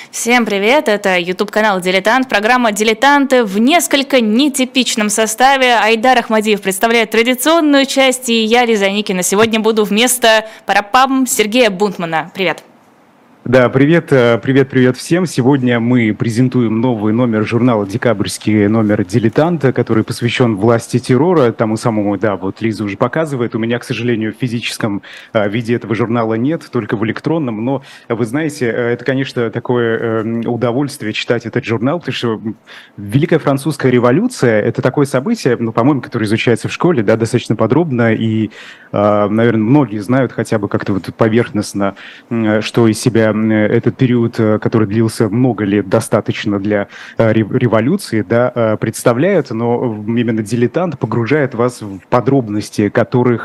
Всем привет, это YouTube-канал «Дилетант», программа «Дилетанты» в несколько нетипичном составе. Айдар Ахмадиев представляет традиционную часть, и я, Лиза Никина, сегодня буду вместо парапам Сергея Бунтмана. Привет. Да, привет всем. Сегодня мы презентуем новый номер журнала «Декабрьский», номер «Дилетанта», который посвящен власти террора, тому самому, да, вот Лиза уже показывает. У меня, к сожалению, в физическом виде этого журнала нет, только в электронном, но, вы знаете, это, конечно, такое удовольствие читать этот журнал, потому что Великая Французская революция – это такое событие, по-моему, которое изучается в школе, да, достаточно подробно, и, наверное, многие знают хотя бы как-то вот поверхностно, что из себя этот период, который длился много лет, достаточно для революции, да, представляют, но именно «Дилетант» погружает вас в подробности, которые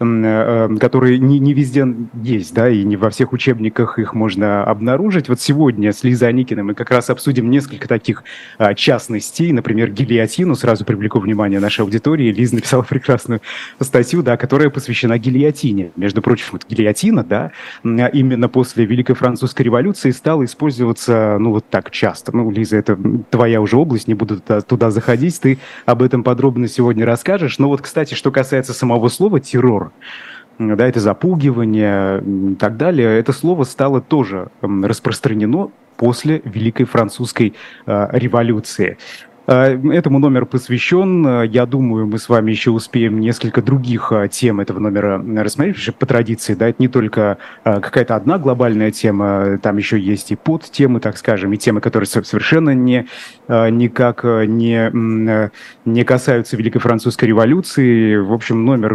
не везде есть, да, и не во всех учебниках их можно обнаружить. Вот сегодня с Лизой Аникиной мы как раз обсудим несколько таких частностей, например, гильотину. Сразу привлеку внимание нашей аудитории. Лиза написала прекрасную статью, да, которая посвящена гильотине. Между прочим, вот гильотина, да, именно после Великой Французской революции стала использоваться, вот так часто. Лиза, это твоя уже область, не буду туда заходить, ты об этом подробно сегодня расскажешь. Но вот, кстати, что касается самого слова «террор», да, это запугивание и так далее, это слово стало тоже распространено после Великой Французской революции. Этому номер посвящен. Я думаю, мы с вами еще успеем несколько других тем этого номера рассмотреть, потому что по традиции, да, это не только какая-то одна глобальная тема, там еще есть и подтемы, так скажем, и темы, которые совершенно никак не касаются Великой Французской революции. В общем, номер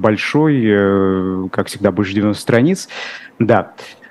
большой, как всегда, больше 90 страниц. Да.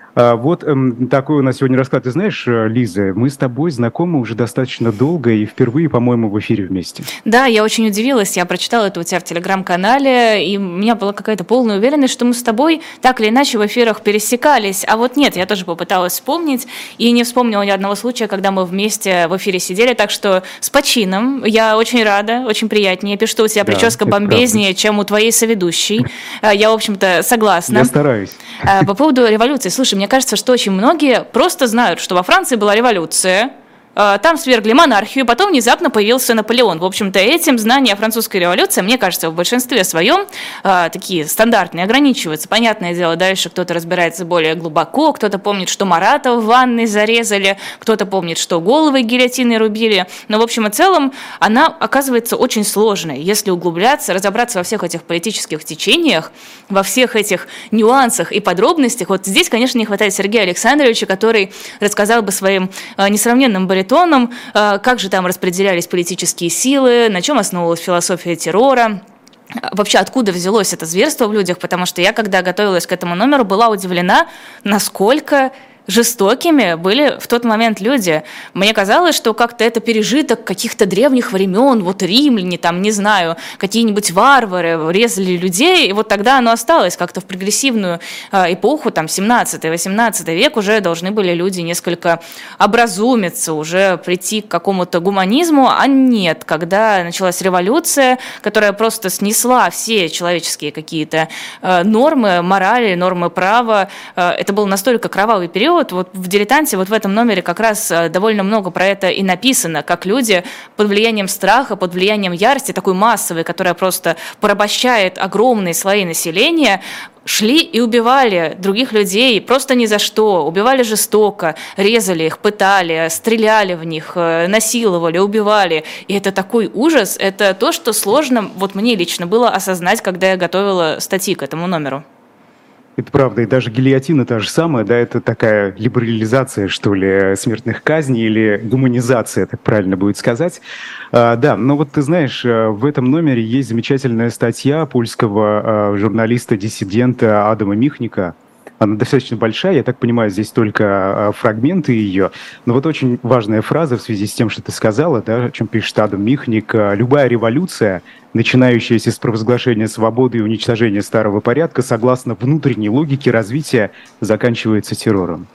Вот такой у нас сегодня расклад. Ты знаешь, Лиза, мы с тобой знакомы уже достаточно долго и впервые, по-моему, в эфире вместе. Да, я очень удивилась. Я прочитала это у тебя в Телеграм-канале, и у меня была какая-то полная уверенность, что мы с тобой так или иначе в эфирах пересекались. А вот нет, я тоже попыталась вспомнить, и не вспомнила ни одного случая, когда мы вместе в эфире сидели. Так что с почином. Я очень рада, очень приятнее. Пишу, что у тебя прическа бомбезнее, правда, чем у твоей соведущей. Я, в общем-то, согласна. Я стараюсь. По поводу революции. Слушай, мне кажется, что очень многие просто знают, что во Франции была революция, там свергли монархию, потом внезапно появился Наполеон. В общем-то, этим знания о французской революции, мне кажется, в большинстве своем такие стандартные, ограничиваются. Понятное дело, дальше кто-то разбирается более глубоко, кто-то помнит, что Марата в ванной зарезали, кто-то помнит, что головы гильотиной рубили. Но, в общем и целом, она оказывается очень сложной. Если углубляться, разобраться во всех этих политических течениях, во всех этих нюансах и подробностях, вот здесь, конечно, не хватает Сергея Александровича, который рассказал бы своим несравненным баритоном, как же там распределялись политические силы, на чем основывалась философия террора. Вообще, откуда взялось это зверство в людях, потому что я, когда готовилась к этому номеру, была удивлена, насколько жестокими были в тот момент люди. Мне казалось, что как-то это пережиток каких-то древних времен, вот римляне, там, не знаю, какие-нибудь варвары резали людей, и вот тогда оно осталось как-то в прогрессивную эпоху, там, 17-18 век, уже должны были люди несколько образумиться, уже прийти к какому-то гуманизму, а нет, когда началась революция, которая просто снесла все человеческие какие-то нормы морали, нормы права, это был настолько кровавый период. Вот в «Дилетанте», вот в этом номере как раз довольно много про это и написано, как люди под влиянием страха, под влиянием ярости, такой массовой, которая просто порабощает огромные слои населения, шли и убивали других людей просто ни за что, убивали жестоко, резали их, пытали, стреляли в них, насиловали, убивали. И это такой ужас, это то, что сложно вот мне лично было осознать, когда я готовила статьи к этому номеру. Это правда, и даже гильотина та же самая, да, это такая либерализация, что ли, смертных казней или гуманизация, так правильно будет сказать. Да, но вот ты знаешь, в этом номере есть замечательная статья польского журналиста-диссидента Адама Михника. Она достаточно большая, я так понимаю, здесь только фрагменты ее. Но вот очень важная фраза в связи с тем, что ты сказала, да, о чем пишет Адам Михник. «Любая революция, начинающаяся с провозглашения свободы и уничтожения старого порядка, согласно внутренней логике развития, заканчивается террором».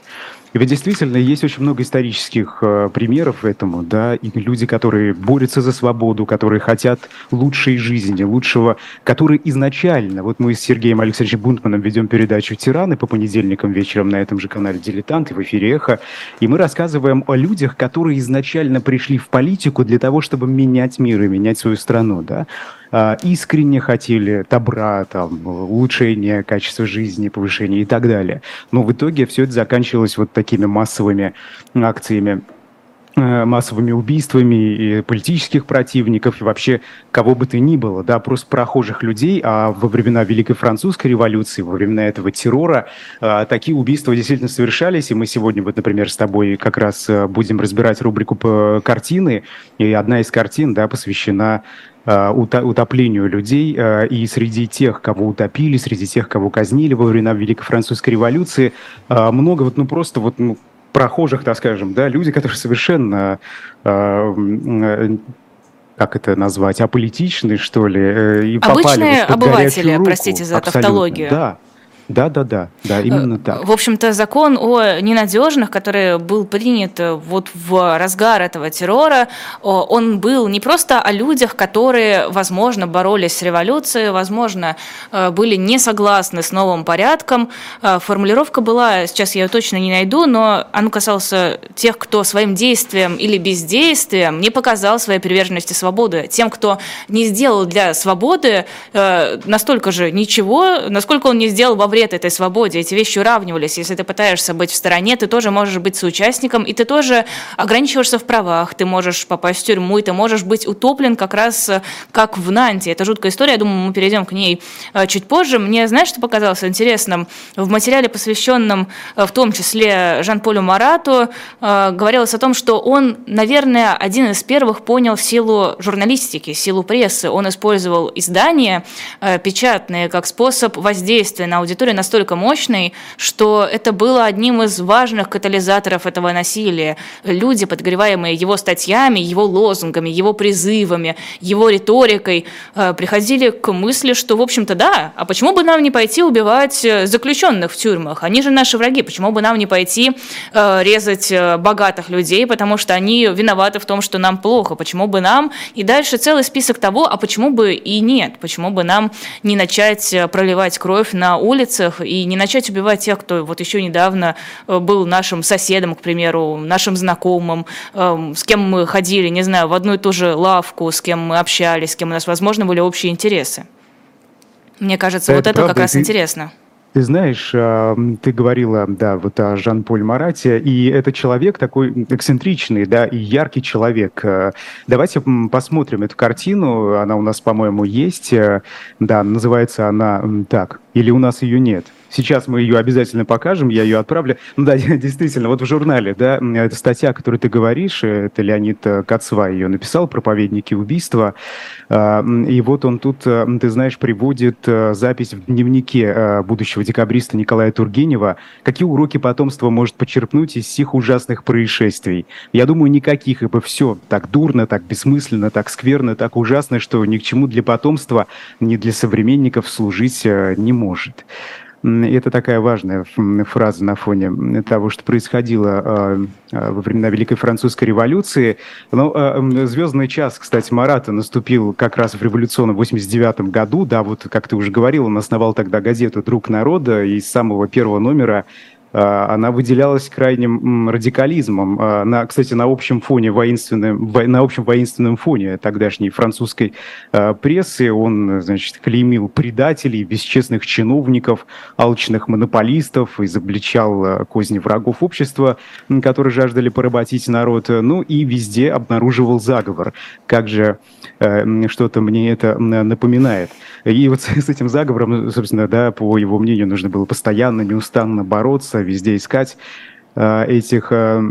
И ведь действительно есть очень много исторических примеров этому, да, и люди, которые борются за свободу, которые хотят лучшей жизни, лучшего, которые изначально, вот мы с Сергеем Алексеевичем Бунтманом ведем передачу «Тираны» по понедельникам вечером на этом же канале «Дилетант» и в эфире «Эхо», и мы рассказываем о людях, которые изначально пришли в политику для того, чтобы менять мир и менять свою страну, да, искренне хотели добра, там, улучшения качества жизни, повышения и так далее. Но в итоге все это заканчивалось вот такими массовыми акциями, массовыми убийствами и политических противников, и вообще кого бы то ни было, да, просто прохожих людей. А во времена Великой Французской революции, во времена этого террора, такие убийства действительно совершались. И мы сегодня, вот, например, с тобой как раз будем разбирать рубрику по картины, и одна из картин, да, посвящена утоплению людей, и среди тех, кого утопили, среди тех, кого казнили во времена Великой Французской революции, много вот, ну, просто вот, ну, прохожих, так скажем, да, люди, которые совершенно, как это назвать, аполитичны, что ли, и попали Обычные вот под обыватели, горячую руку. простите за Абсолютно, тавтологию. да. Да, именно так. В общем-то, закон о ненадежных, который был принят вот в разгар этого террора, он был не просто о людях, которые, возможно, боролись с революцией, возможно, были не согласны с новым порядком. Формулировка была, сейчас я ее точно не найду, но она касалась тех, кто своим действием или бездействием не показал своей приверженности свободы. Тем, кто не сделал для свободы настолько же ничего, насколько он не сделал во время этой свободе. Эти вещи уравнивались. Если ты пытаешься быть в стороне, ты тоже можешь быть соучастником, и ты тоже ограничиваешься в правах, ты можешь попасть в тюрьму, и ты можешь быть утоплен как раз как в Нанте. Это жуткая история, я думаю, мы перейдем к ней чуть позже. Мне, знаешь, что показалось интересным? В материале, посвященном в том числе Жан-Полю Марату, говорилось о том, что он, наверное, один из первых понял силу журналистики, силу прессы. Он использовал издания печатные как способ воздействия на аудиторию настолько мощный, что это было одним из важных катализаторов этого насилия. Люди, подогреваемые его статьями, его лозунгами, его призывами, его риторикой, приходили к мысли, что, в общем-то, да, а почему бы нам не пойти убивать заключенных в тюрьмах? Они же наши враги. Почему бы нам не пойти резать богатых людей, потому что они виноваты в том, что нам плохо? Почему бы нам? И дальше целый список того, а почему бы и нет? Почему бы нам не начать проливать кровь на улицах и не начать убивать тех, кто вот еще недавно был нашим соседом, к примеру, нашим знакомым, с кем мы ходили, не знаю, в одну и ту же лавку, с кем мы общались, с кем у нас, возможно, были общие интересы. Мне кажется, вот это как раз интересно. Ты знаешь, ты говорила, да, вот о Жан-Поль Марате, и это человек такой эксцентричный, да, и яркий человек. Давайте посмотрим эту картину, она у нас, по-моему, есть, да, называется она так, или у нас ее нет. Сейчас мы ее обязательно покажем, я ее отправлю. Ну да, действительно, вот в журнале, да, эта статья, о которой ты говоришь, это Леонид Кацва ее написал, «Проповедники убийства». И вот он тут, ты знаешь, приводит запись в дневнике будущего декабриста Николая Тургенева, какие уроки потомство может почерпнуть из сих ужасных происшествий. Я думаю, никаких, ибо все так дурно, так бессмысленно, так скверно, так ужасно, что ни к чему для потомства, ни для современников служить не может. Это такая важная фраза на фоне того, что происходило во времена Великой Французской революции. Но звездный час, кстати, Марата наступил как раз в революционном 89 году. Да, вот как ты уже говорил, он основал тогда газету «Друг народа», и с самого первого номера она выделялась крайним радикализмом. Кстати, на общем воинственном фоне тогдашней французской прессы он, значит, клеймил предателей, бесчестных чиновников, алчных монополистов, изобличал козни врагов общества, которые жаждали поработить народ, ну и везде обнаруживал заговор. Как же что-то мне это напоминает. И вот с этим заговором, собственно, да, по его мнению, нужно было постоянно, неустанно бороться, везде искать этих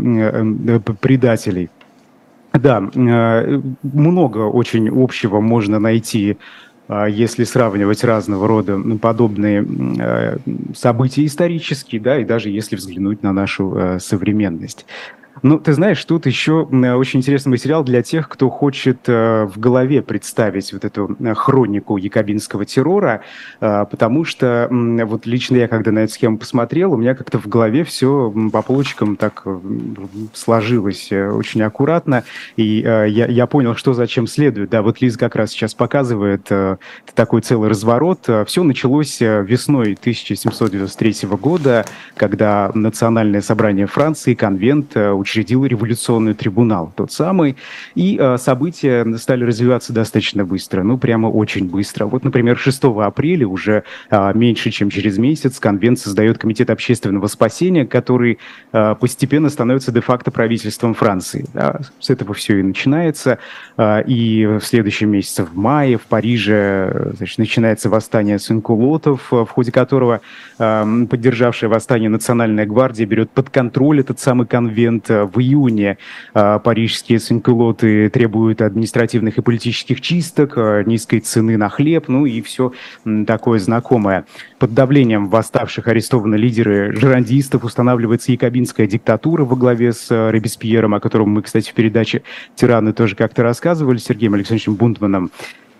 предателей. Да, много очень общего можно найти, если сравнивать разного рода подобные события исторические, да, и даже если взглянуть на нашу современность. Ну, ты знаешь, тут еще очень интересный материал для тех, кто хочет в голове представить вот эту хронику якобинского террора, потому что вот лично я, когда на эту схему посмотрел, у меня как-то в голове все по полочкам так сложилось очень аккуратно, и я понял, что зачем следует. Да, вот Лиза как раз сейчас показывает такой целый разворот. Все началось весной 1793 года, когда Национальное собрание Франции, конвент, учредил революционный трибунал, тот самый, и события стали развиваться достаточно быстро, ну, прямо очень быстро. Вот, например, 6 апреля, уже меньше, чем через месяц, конвент создает Комитет общественного спасения, который постепенно становится де-факто правительством Франции. Да, с этого все и начинается, и в следующем месяце, в мае, в Париже, значит, начинается восстание санкулотов, в ходе которого поддержавшая восстание Национальная гвардия берет под контроль этот самый конвент. В июне парижские санкюлоты требуют административных и политических чисток, низкой цены на хлеб, ну и все такое знакомое. Под давлением восставших арестованы лидеры жерандистов, устанавливается якобинская диктатура во главе с Робеспьером, о котором мы, кстати, в передаче «Тираны» тоже как-то рассказывали, с Сергеем Александровичем Бунтманом.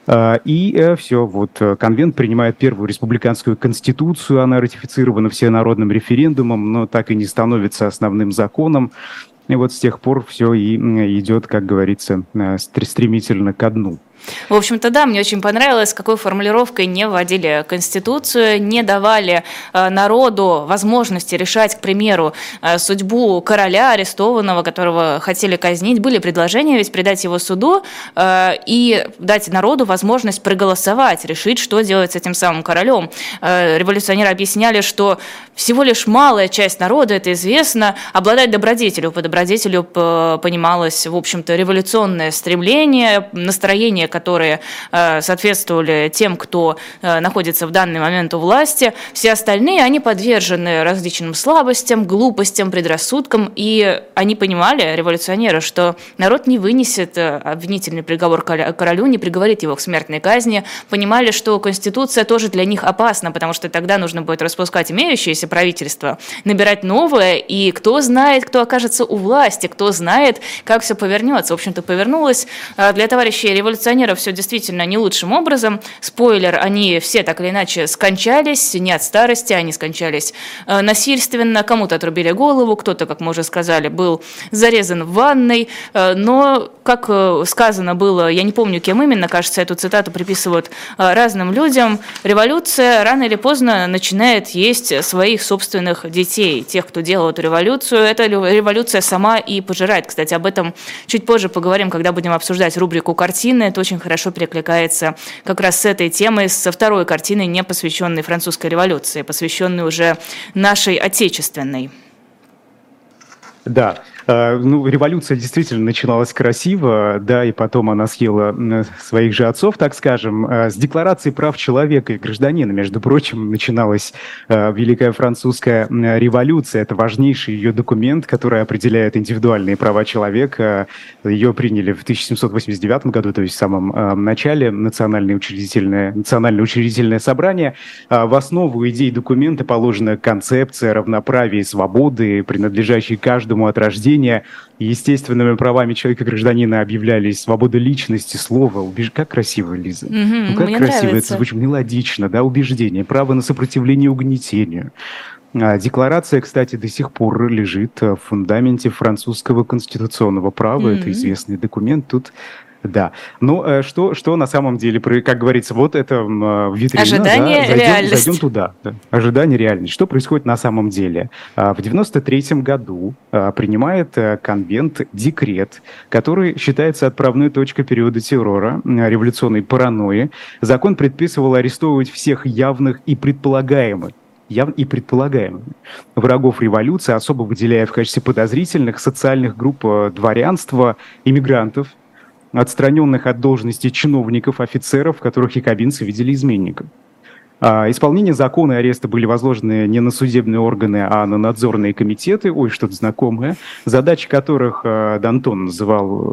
И все, вот конвент принимает первую республиканскую конституцию, она ратифицирована всенародным референдумом, но так и не становится основным законом. И вот с тех пор все и идет, как говорится, стремительно ко дну. В общем-то, да, мне очень понравилось, с какой формулировкой не вводили Конституцию, не давали народу возможности решать, к примеру, судьбу короля арестованного, которого хотели казнить. Были предложения ведь предать его суду и дать народу возможность проголосовать, решить, что делать с этим самым королем. Революционеры объясняли, что всего лишь малая часть народа, это известно, обладает добродетелью. По добродетелю понималось, в общем-то, революционное стремление, настроение, которые соответствовали тем, кто находится в данный момент у власти. Все остальные, они подвержены различным слабостям, глупостям, предрассудкам, и они понимали, революционеры, что народ не вынесет обвинительный приговор королю, не приговорит его к смертной казни, понимали, что Конституция тоже для них опасна, потому что тогда нужно будет распускать имеющееся правительство, набирать новое, и кто знает, кто окажется у власти, кто знает, как все повернется. В общем-то, повернулось для товарищей революционеров все действительно не лучшим образом. Спойлер, они все так или иначе скончались, не от старости, они скончались насильственно, кому-то отрубили голову, кто-то, как мы уже сказали, был зарезан в ванной, но, как сказано было, я не помню, кем именно, кажется, эту цитату приписывают разным людям, революция рано или поздно начинает есть своих собственных детей, тех, кто делал эту революцию. Эта революция сама и пожирает. Кстати, об этом чуть позже поговорим, когда будем обсуждать рубрику «Картины». Это очень хорошо перекликается как раз с этой темой, со второй картиной, не посвященной французской революции, посвященной уже нашей отечественной. Да, ну, революция действительно начиналась красиво, да, и потом она съела своих же отцов, так скажем. С Декларации прав человека и гражданина, между прочим, начиналась Великая Французская революция. Это важнейший ее документ, который определяет индивидуальные права человека. Ее приняли в 1789 году, то есть в самом начале, Национальное учредительное собрание. В основу идей документа положена концепция равноправия и свободы, принадлежащей каждому от рождения. Естественными правами человека и гражданина объявлялись свобода личности, слова, как красиво, Лиза. Ну, как красиво, нравится. Это звучит мелодично, да, убеждение, право на сопротивление угнетению. Декларация, кстати, до сих пор лежит в фундаменте французского конституционного права. Это известный документ. Тут да. Ну, что на самом деле, как говорится, вот это витрина. Ожидание, да, реальность. Зайдем туда. Да. Ожидание, реальность. Что происходит на самом деле? В 93-м году принимает конвент декрет, который считается отправной точкой периода террора, революционной паранойи. Закон предписывал арестовывать всех явных и предполагаемых врагов революции, особо выделяя в качестве подозрительных социальных групп дворянства, иммигрантов, отстраненных от должности чиновников, офицеров, которых якобинцы видели изменников. Исполнение закона и ареста были возложены не на судебные органы, а на надзорные комитеты, что-то знакомое, задачи которых Д'Антон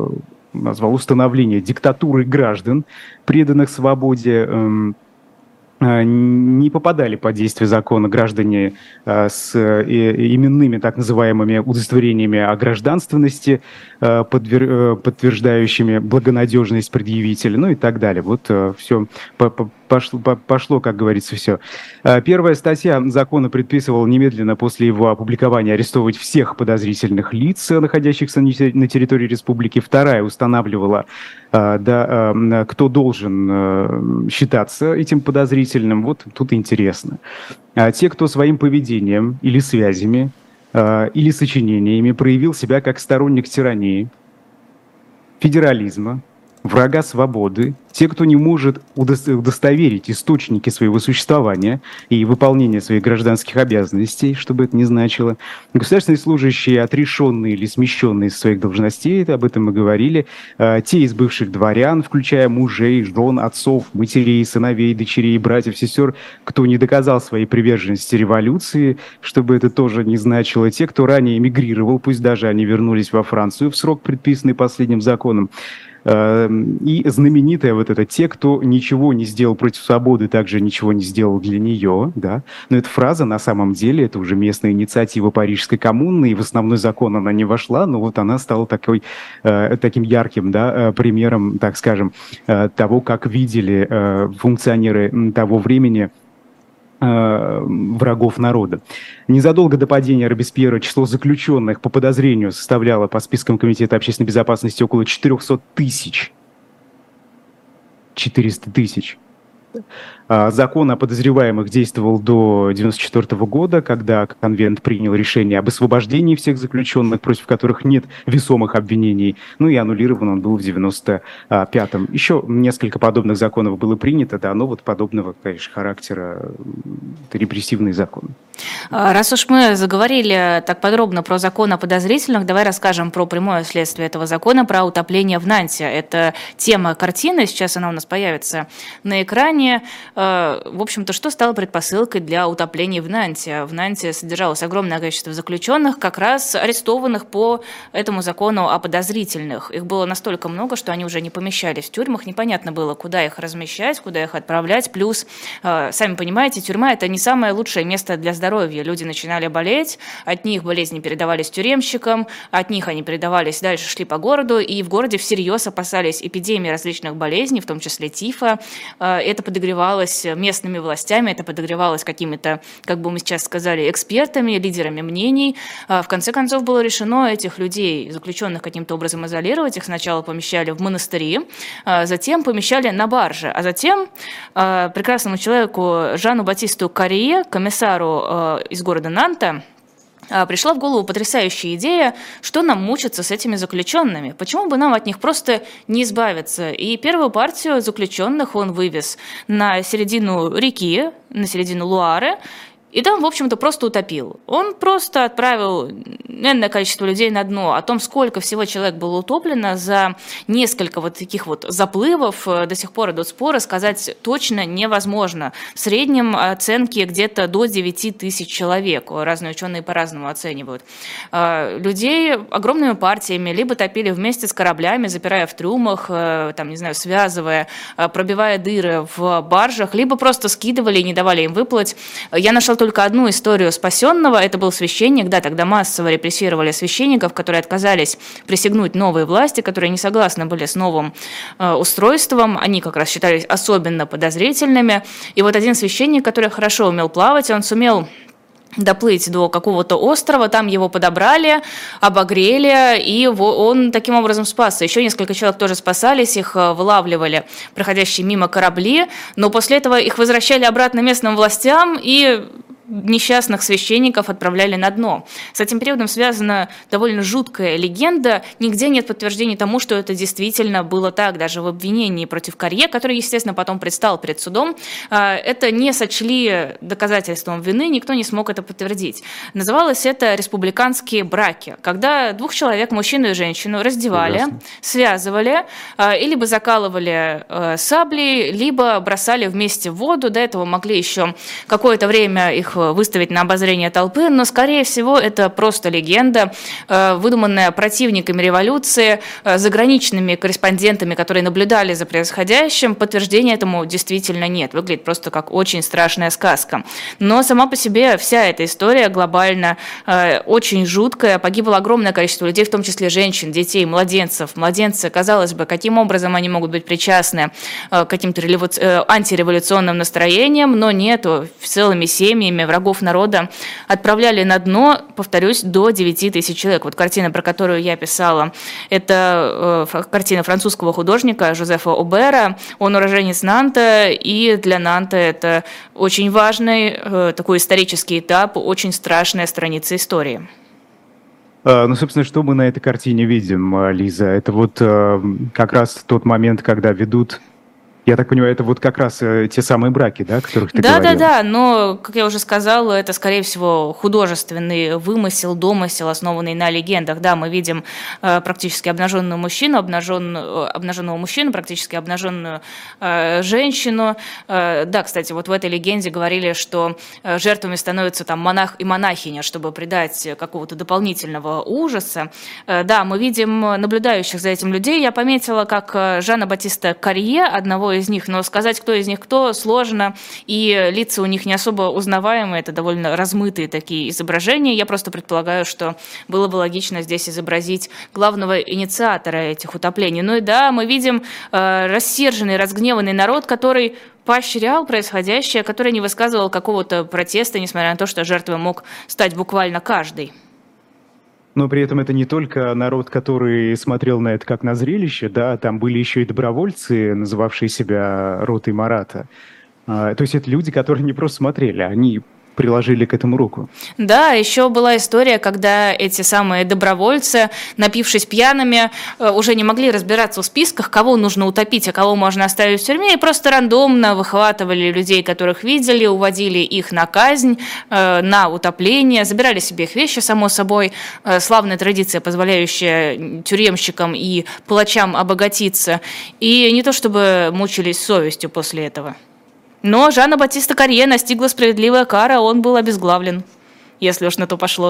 назвал установление диктатуры граждан, преданных свободе, не попадали под действие закона граждане с именными так называемыми удостоверениями о гражданственности, подтверждающими благонадежность предъявителя, ну и так далее. Вот все пошло, как говорится, все. Первая статья закона предписывала немедленно после его опубликования арестовывать всех подозрительных лиц, находящихся на территории республики. Вторая устанавливала, кто должен считаться этим подозрительным. Вот тут интересно. Те, кто своим поведением или связями, или сочинениями проявил себя как сторонник тирании, федерализма, врага свободы, те, кто не может удостоверить источники своего существования и выполнения своих гражданских обязанностей, что бы это ни значило, государственные служащие, отрешенные или смещенные со своих должностей, об этом мы говорили, те из бывших дворян, включая мужей, жен, отцов, матерей, сыновей, дочерей, братьев, сестер, кто не доказал своей приверженности революции, чтобы это тоже не значило, те, кто ранее эмигрировал, пусть даже они вернулись во Францию в срок, предписанный последним законом, и знаменитая вот это «те, кто ничего не сделал против свободы, также ничего не сделал для нее», да. Но эта фраза на самом деле, это уже местная инициатива Парижской коммуны, и в основной закон она не вошла, но вот она стала таким ярким, да, примером, так скажем, того, как видели функционеры того времени врагов народа. Незадолго до падения Робеспьера число заключенных по подозрению составляло по спискам Комитета общественной безопасности около 400 тысяч. 400 тысяч. Закон о подозреваемых действовал до 1994 года, когда конвент принял решение об освобождении всех заключенных, против которых нет весомых обвинений. Ну и аннулирован он был в 1995-м. Еще несколько подобных законов было принято, да, но вот подобного, конечно, характера репрессивный закон. Раз уж мы заговорили так подробно про закон о подозрительных, давай расскажем про прямое следствие этого закона, про утопление в Нанте. Это тема картины, сейчас она у нас появится на экране. В общем-то, что стало предпосылкой для утопления в Нанте? В Нанте содержалось огромное количество заключенных, как раз арестованных по этому закону о подозрительных. Их было настолько много, что они уже не помещались в тюрьмах, непонятно было, куда их размещать, куда их отправлять. Плюс, сами понимаете, тюрьма – это не самое лучшее место для здоровья. Люди начинали болеть, от них болезни передавались тюремщикам, от них они передавались дальше, шли по городу, и в городе всерьез опасались эпидемии различных болезней, в том числе тифа. Это подогревалось местными властями, это подогревалось какими-то, как бы мы сейчас сказали, экспертами, лидерами мнений. В конце концов было решено этих людей, заключенных, каким-то образом изолировать. Их сначала помещали в монастыри, затем помещали на барже, а затем прекрасному человеку Жану Батисту Каррие, комиссару из города Нанта, пришла в голову потрясающая идея, что нам мучиться с этими заключенными, почему бы нам от них просто не избавиться. И первую партию заключенных он вывез на середину реки, на середину Луары, и там, в общем-то, просто утопил. Он просто отправил энное количество людей на дно. О том, сколько всего человек было утоплено за несколько вот таких вот заплывов, до сих пор идут споры, сказать точно невозможно. В среднем оценки где-то до 9 тысяч человек. Разные ученые по-разному оценивают. Людей огромными партиями либо топили вместе с кораблями, запирая в трюмах, там, не знаю, связывая, пробивая дыры в баржах, либо просто скидывали и не давали им выплыть. Я нашла только одну историю спасенного. Это был священник. Да, тогда массово репрессировали священников, которые отказались присягнуть новой власти, которые не согласны были с новым устройством. Они как раз считались особенно подозрительными. И вот один священник, который хорошо умел плавать, он сумел доплыть до какого-то острова, там его подобрали, обогрели, и он таким образом спасся. Еще несколько человек тоже спасались, их вылавливали проходящие мимо корабли, но после этого их возвращали обратно местным властям, и несчастных священников отправляли на дно. С этим периодом связана довольно жуткая легенда. Нигде нет подтверждений тому, что это действительно было так. Даже в обвинении против Каррие, который, естественно, потом предстал перед судом, это не сочли доказательством вины, никто не смог это подтвердить. Называлось это республиканские браки, когда двух человек, мужчину и женщину, раздевали, связывали и либо закалывали саблей, либо бросали вместе в воду. До этого могли еще какое-то время их выставить на обозрение толпы, но, скорее всего, это просто легенда, выдуманная противниками революции, заграничными корреспондентами, которые наблюдали за происходящим. Подтверждения этому действительно нет. Выглядит просто как очень страшная сказка. Но сама по себе вся эта история глобально очень жуткая. Погибло огромное количество людей, в том числе женщин, детей, младенцев. Младенцы, казалось бы, каким образом они могут быть причастны к каким-то антиреволюционным настроениям, но нет, целыми семьями врагов народа отправляли на дно, повторюсь, до 9 тысяч человек. Вот картина, про которую я писала, это картина французского художника Жозефа Обера. Он уроженец Нанта, и для Нанта это очень важный такой исторический этап, очень страшная страница истории. Ну, собственно, что мы на этой картине видим, Лиза? Это вот как раз тот момент, когда ведут... Я так понимаю, это вот как раз те самые браки, да, о которых ты говорила? Да, но, как я уже сказала, это, скорее всего, художественный вымысел, домысел, основанный на легендах. Да, мы видим практически обнаженного мужчину, практически обнаженную женщину. Да, кстати, вот в этой легенде говорили, что жертвами становятся там монах и монахиня, чтобы придать какого-то дополнительного ужаса. Да, мы видим наблюдающих за этим людей. Я пометила, как Жана Батиста Карье, одного из них, но сказать, кто из них кто, сложно, и лица у них не особо узнаваемые, это довольно размытые такие изображения. Я просто предполагаю, что было бы логично здесь изобразить главного инициатора этих утоплений. Ну и да, мы видим рассерженный, разгневанный народ, который поощрял происходящее, который не высказывал какого-то протеста, несмотря на то, что жертвой мог стать буквально каждый. Но при этом это не только народ, который смотрел на это как на зрелище, да, там были еще и добровольцы, называвшие себя ротой Марата. То есть это люди, которые не просто смотрели, они приложили к этому руку. Да, еще была история, когда эти самые добровольцы, напившись пьяными, уже не могли разбираться в списках, кого нужно утопить, а кого можно оставить в тюрьме, и просто рандомно выхватывали людей, которых видели, уводили их на казнь, на утопление, забирали себе их вещи, само собой. Славная традиция, позволяющая тюремщикам и палачам обогатиться. И не то чтобы мучились совестью после этого. Но Жана Батиста Карье настигла справедливая кара, он был обезглавлен, если уж на то пошло.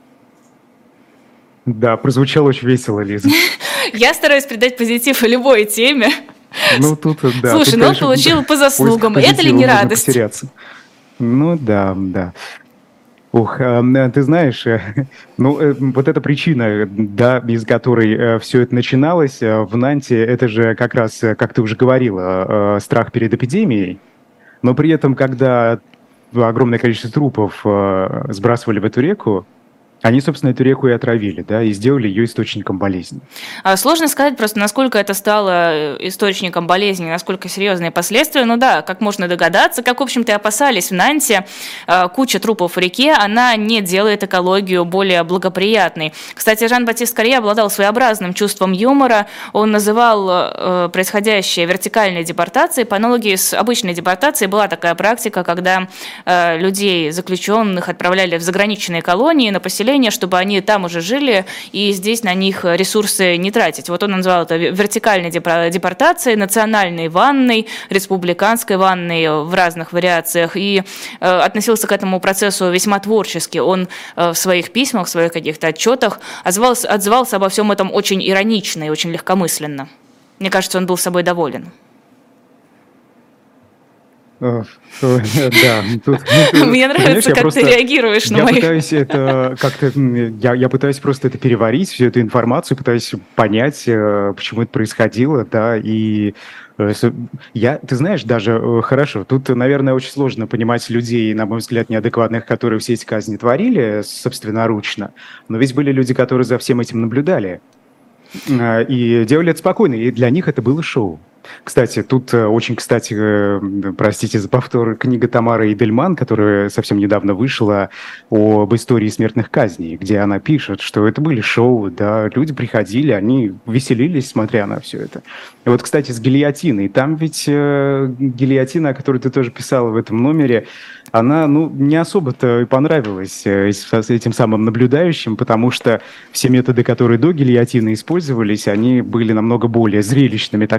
Да, прозвучало очень весело, Лиза. Я стараюсь придать позитив любой теме. Ну, тут, да. Слушай, ну он получил по заслугам, это ли не радость? Ну, да. Ох, ты знаешь, вот эта причина, да, из которой все это начиналось в Нанте, это же как раз, как ты уже говорила, страх перед эпидемией. Но при этом, когда огромное количество трупов сбрасывали в эту реку, они, собственно, эту реку и отравили, да, и сделали ее источником болезни. Сложно сказать просто, насколько это стало источником болезни, насколько серьезные последствия. Ну да, как можно догадаться, как, в общем-то, и опасались в Нанте, куча трупов в реке, она не делает экологию более благоприятной. Кстати, Жан-Батист Карье обладал своеобразным чувством юмора. Он называл происходящее вертикальной депортацией. По аналогии с обычной депортацией была такая практика, когда людей, заключенных, отправляли в заграничные колонии на поселение, чтобы они там уже жили, и здесь на них ресурсы не тратить. Вот он назвал это вертикальной депортацией, национальной ванной, республиканской ванной в разных вариациях, и относился к этому процессу весьма творчески. Он в своих письмах, в своих каких-то отчетах отзывался обо всем этом очень иронично и очень легкомысленно. Мне кажется, он был собой доволен. Да, тут... Мне нравится, как ты реагируешь на мои... Я пытаюсь просто это переварить, всю эту информацию, пытаюсь понять, почему это происходило, да, и... Ты знаешь, даже хорошо, тут, наверное, очень сложно понимать людей, на мой взгляд, неадекватных, которые все эти казни творили собственноручно, но ведь были люди, которые за всем этим наблюдали и делали это спокойно, и для них это было шоу. Кстати, тут очень, простите за повтор, книга Тамары Идельман, которая совсем недавно вышла, об истории смертных казней, где она пишет, что это были шоу, да, люди приходили, они веселились, смотря на все это. И вот, кстати, с гильотиной. Там ведь гильотина, о которой ты тоже писала в этом номере, она, не особо-то и понравилась этим самым наблюдающим, потому что все методы, которые до гильотины использовались, они были намного более зрелищными, так скажем, намного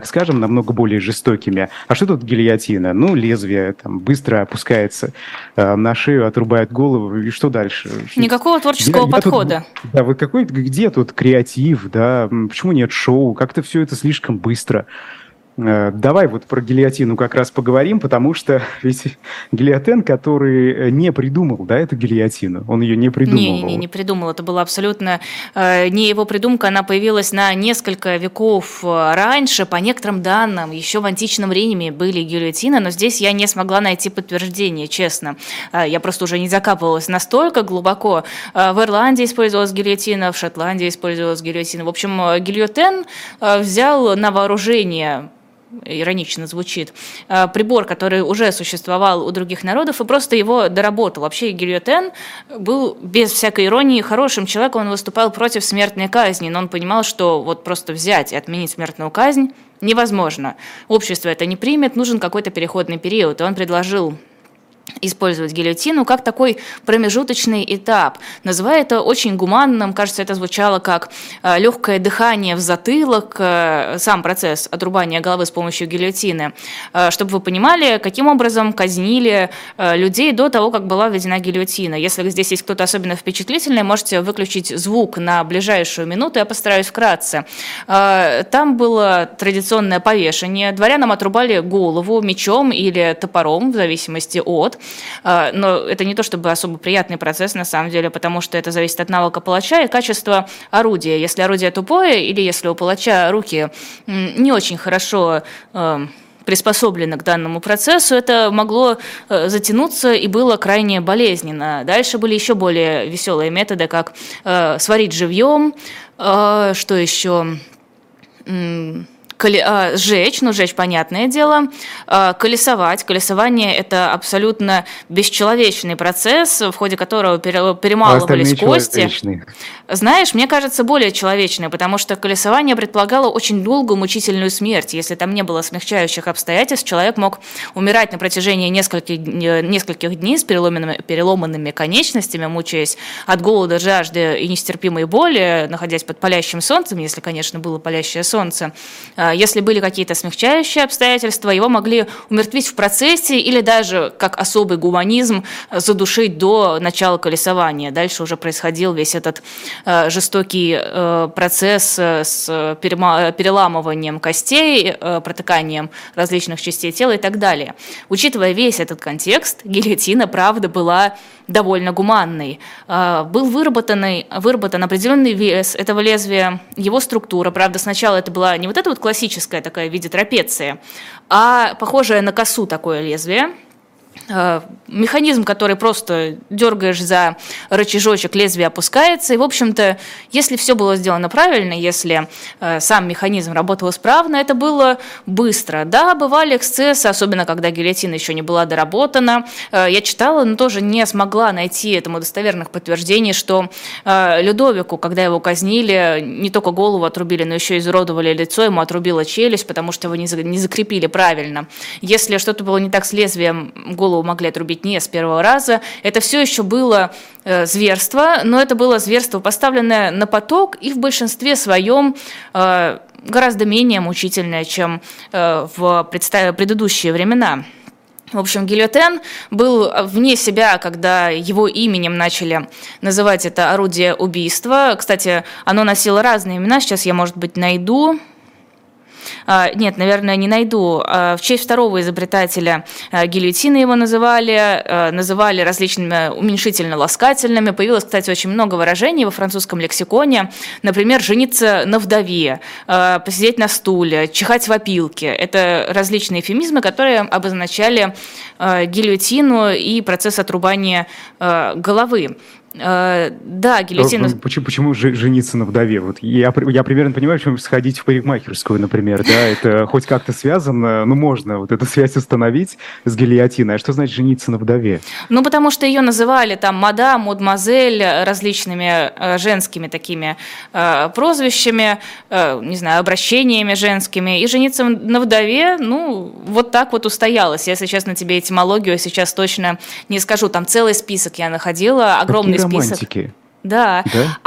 намного более жестокими. А что тут гильотина? Ну, лезвие там быстро опускается на шею, отрубает голову, и что дальше? Никакого творческого подхода. Да, вот где тут креатив, да? Почему нет шоу? Как-то все это слишком быстро. Давай вот про гильотину как раз поговорим, потому что ведь гильотен, который не придумал, да, эту гильотину, он ее не придумал. Не придумал, это была абсолютно не его придумка, она появилась на несколько веков раньше, по некоторым данным, еще в античном Риме были гильотины, но здесь я не смогла найти подтверждение, честно. Я просто уже не закапывалась настолько глубоко. В Ирландии использовалась гильотина, в Шотландии использовалась гильотина. В общем, гильотен взял на вооружение, иронично звучит, прибор, который уже существовал у других народов, и просто его доработал. Вообще гильотен был, без всякой иронии, хорошим человеком, он выступал против смертной казни, но он понимал, что вот просто взять и отменить смертную казнь невозможно. Общество это не примет, нужен какой-то переходный период, и он предложил использовать гильотину как такой промежуточный этап. Называя это очень гуманным, кажется, это звучало как легкое дыхание в затылок, сам процесс отрубания головы с помощью гильотины. Чтобы вы понимали, каким образом казнили людей до того, как была введена гильотина. Если здесь есть кто-то особенно впечатлительный, можете выключить звук на ближайшую минуту, я постараюсь вкратце. Там было традиционное повешение, дворянам отрубали голову мечом или топором, в зависимости от. Но это не то чтобы особо приятный процесс, на самом деле, потому что это зависит от навыка палача и качества орудия. Если орудие тупое или если у палача руки не очень хорошо приспособлены к данному процессу, это могло затянуться и было крайне болезненно. Дальше были еще более веселые методы, как сварить живьем, что еще... Сжечь, сжечь, понятное дело, колесовать. Колесование – это абсолютно бесчеловечный процесс, в ходе которого перемалывались кости. Знаешь, мне кажется, более человечный, потому что колесование предполагало очень долгую мучительную смерть. Если там не было смягчающих обстоятельств, человек мог умирать на протяжении нескольких дней с переломанными конечностями, мучаясь от голода, жажды и нестерпимой боли, находясь под палящим солнцем, если, конечно, было палящее солнце. Если были какие-то смягчающие обстоятельства, его могли умертвить в процессе или даже, как особый гуманизм, задушить до начала колесования. Дальше уже происходил весь этот жестокий процесс с переламыванием костей, протыканием различных частей тела и так далее. Учитывая весь этот контекст, гильотина, правда, была довольно гуманной. Был выработан определенный вес этого лезвия, его структура. Правда, сначала это была не вот эта вот классическая такая в виде трапеции, а похожее на косу такое лезвие. Механизм, который просто дергаешь за рычажочек, лезвие опускается. И, в общем-то, если все было сделано правильно, если сам механизм работал исправно, это было быстро. Да, бывали эксцессы, особенно когда гильотина еще не была доработана. Я читала, но тоже не смогла найти этому достоверных подтверждений, что Людовику, когда его казнили, не только голову отрубили, но еще изуродовали лицо, ему отрубила челюсть, потому что его не закрепили правильно. Если что-то было не так с лезвием, голову могли отрубить не с первого раза. Это все еще было зверство, но это было зверство, поставленное на поток и в большинстве своем гораздо менее мучительное, чем в предыдущие времена. В общем, гильотен был вне себя, когда его именем начали называть это орудие убийства. Кстати, оно носило разные имена, сейчас я, может быть, найду. Нет, наверное, не найду. В честь второго изобретателя гильотины его называли различными уменьшительно-ласкательными. Появилось, кстати, очень много выражений во французском лексиконе. Например, жениться на вдове, посидеть на стуле, чихать в опилке. Это различные эвфемизмы, которые обозначали гильотину и процесс отрубания головы. Да, гильотина... Почему жениться на вдове? Вот я примерно понимаю, почему сходить в парикмахерскую, например, да, это хоть как-то связано, можно вот эту связь установить с гильотиной. А что значит жениться на вдове? Потому что ее называли там мадам, мадемуазель, различными женскими такими прозвищами, не знаю, обращениями женскими. И жениться на вдове, вот так вот устоялось. Если честно, тебе этимологию сейчас точно не скажу. Там целый список я находила, огромный список. Романтики. Да.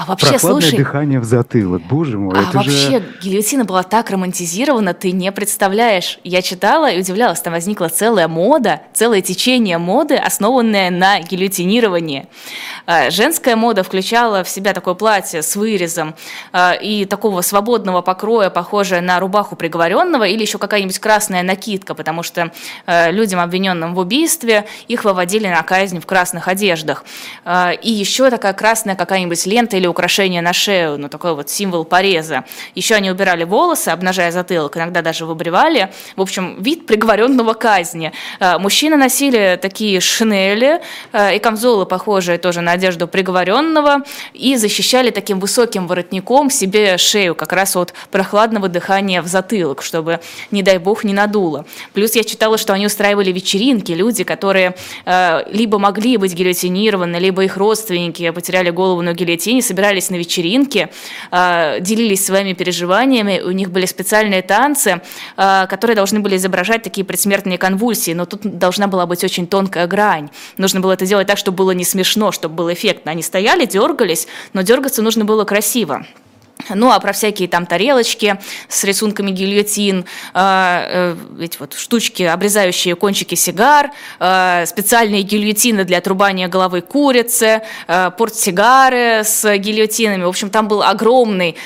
А вообще, Прохладное слушай, дыхание в затылок, боже мой, а это вообще же... гильотина была так романтизирована, ты не представляешь. Я читала и удивлялась, там возникла целая мода, целое течение моды, основанное на гильотинировании. Женская мода включала в себя такое платье с вырезом и такого свободного покроя, похожее на рубаху приговоренного, или еще какая-нибудь красная накидка, потому что людям, обвиненным в убийстве, их выводили на казнь в красных одеждах. И еще такая красная какая-нибудь лента или украшение на шею, ну такой вот символ пореза. Еще они убирали волосы, обнажая затылок, иногда даже выбривали. В общем, вид приговоренного к казни. Мужчины носили такие шинели и камзолы, похожие тоже на одежду приговоренного, и защищали таким высоким воротником себе шею как раз от прохладного дыхания в затылок, чтобы, не дай бог, не надуло. Плюс я читала, что они устраивали вечеринки, люди, которые либо могли быть гильотинированы, либо их родственники потеряли голову на гильотине, собирались на вечеринке, делились своими переживаниями, у них были специальные танцы, которые должны были изображать такие предсмертные конвульсии, но тут должна была быть очень тонкая грань. Нужно было это делать так, чтобы было не смешно, чтобы было эффектно. Они стояли, дергались, но дергаться нужно было красиво. Ну, а про всякие там тарелочки с рисунками гильотин, эти вот штучки, обрезающие кончики сигар, специальные гильотины для отрубания головы курицы, портсигары с гильотинами. В общем, там был огромный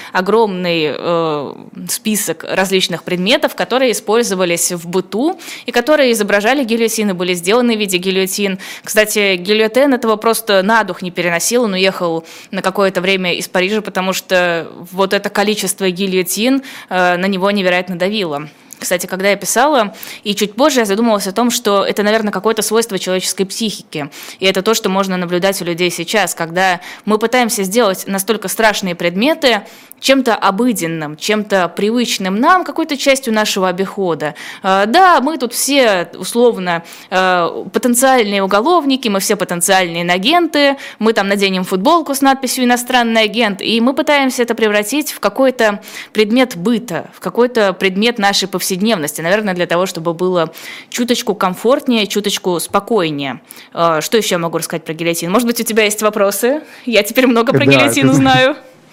список различных предметов, которые использовались в быту и которые изображали гильотины, были сделаны в виде гильотин. Кстати, Гильотен этого просто на дух не переносил, он уехал на какое-то время из Парижа, потому что вот это количество гильотин на него невероятно давило. Кстати, когда я писала, и чуть позже я задумалась о том, что это, наверное, какое-то свойство человеческой психики. И это то, что можно наблюдать у людей сейчас, когда мы пытаемся сделать настолько страшные предметы чем-то обыденным, чем-то привычным нам, какой-то частью нашего обихода. Да, мы тут все, условно, потенциальные уголовники, мы все потенциальные инагенты, мы там наденем футболку с надписью «Иностранный агент», и мы пытаемся это превратить в какой-то предмет быта, в какой-то предмет нашей повседневности, наверное, для того, чтобы было чуточку комфортнее, чуточку спокойнее. Что еще я могу рассказать про гильотин? Может быть, у тебя есть вопросы? Я теперь много про гильотину знаю.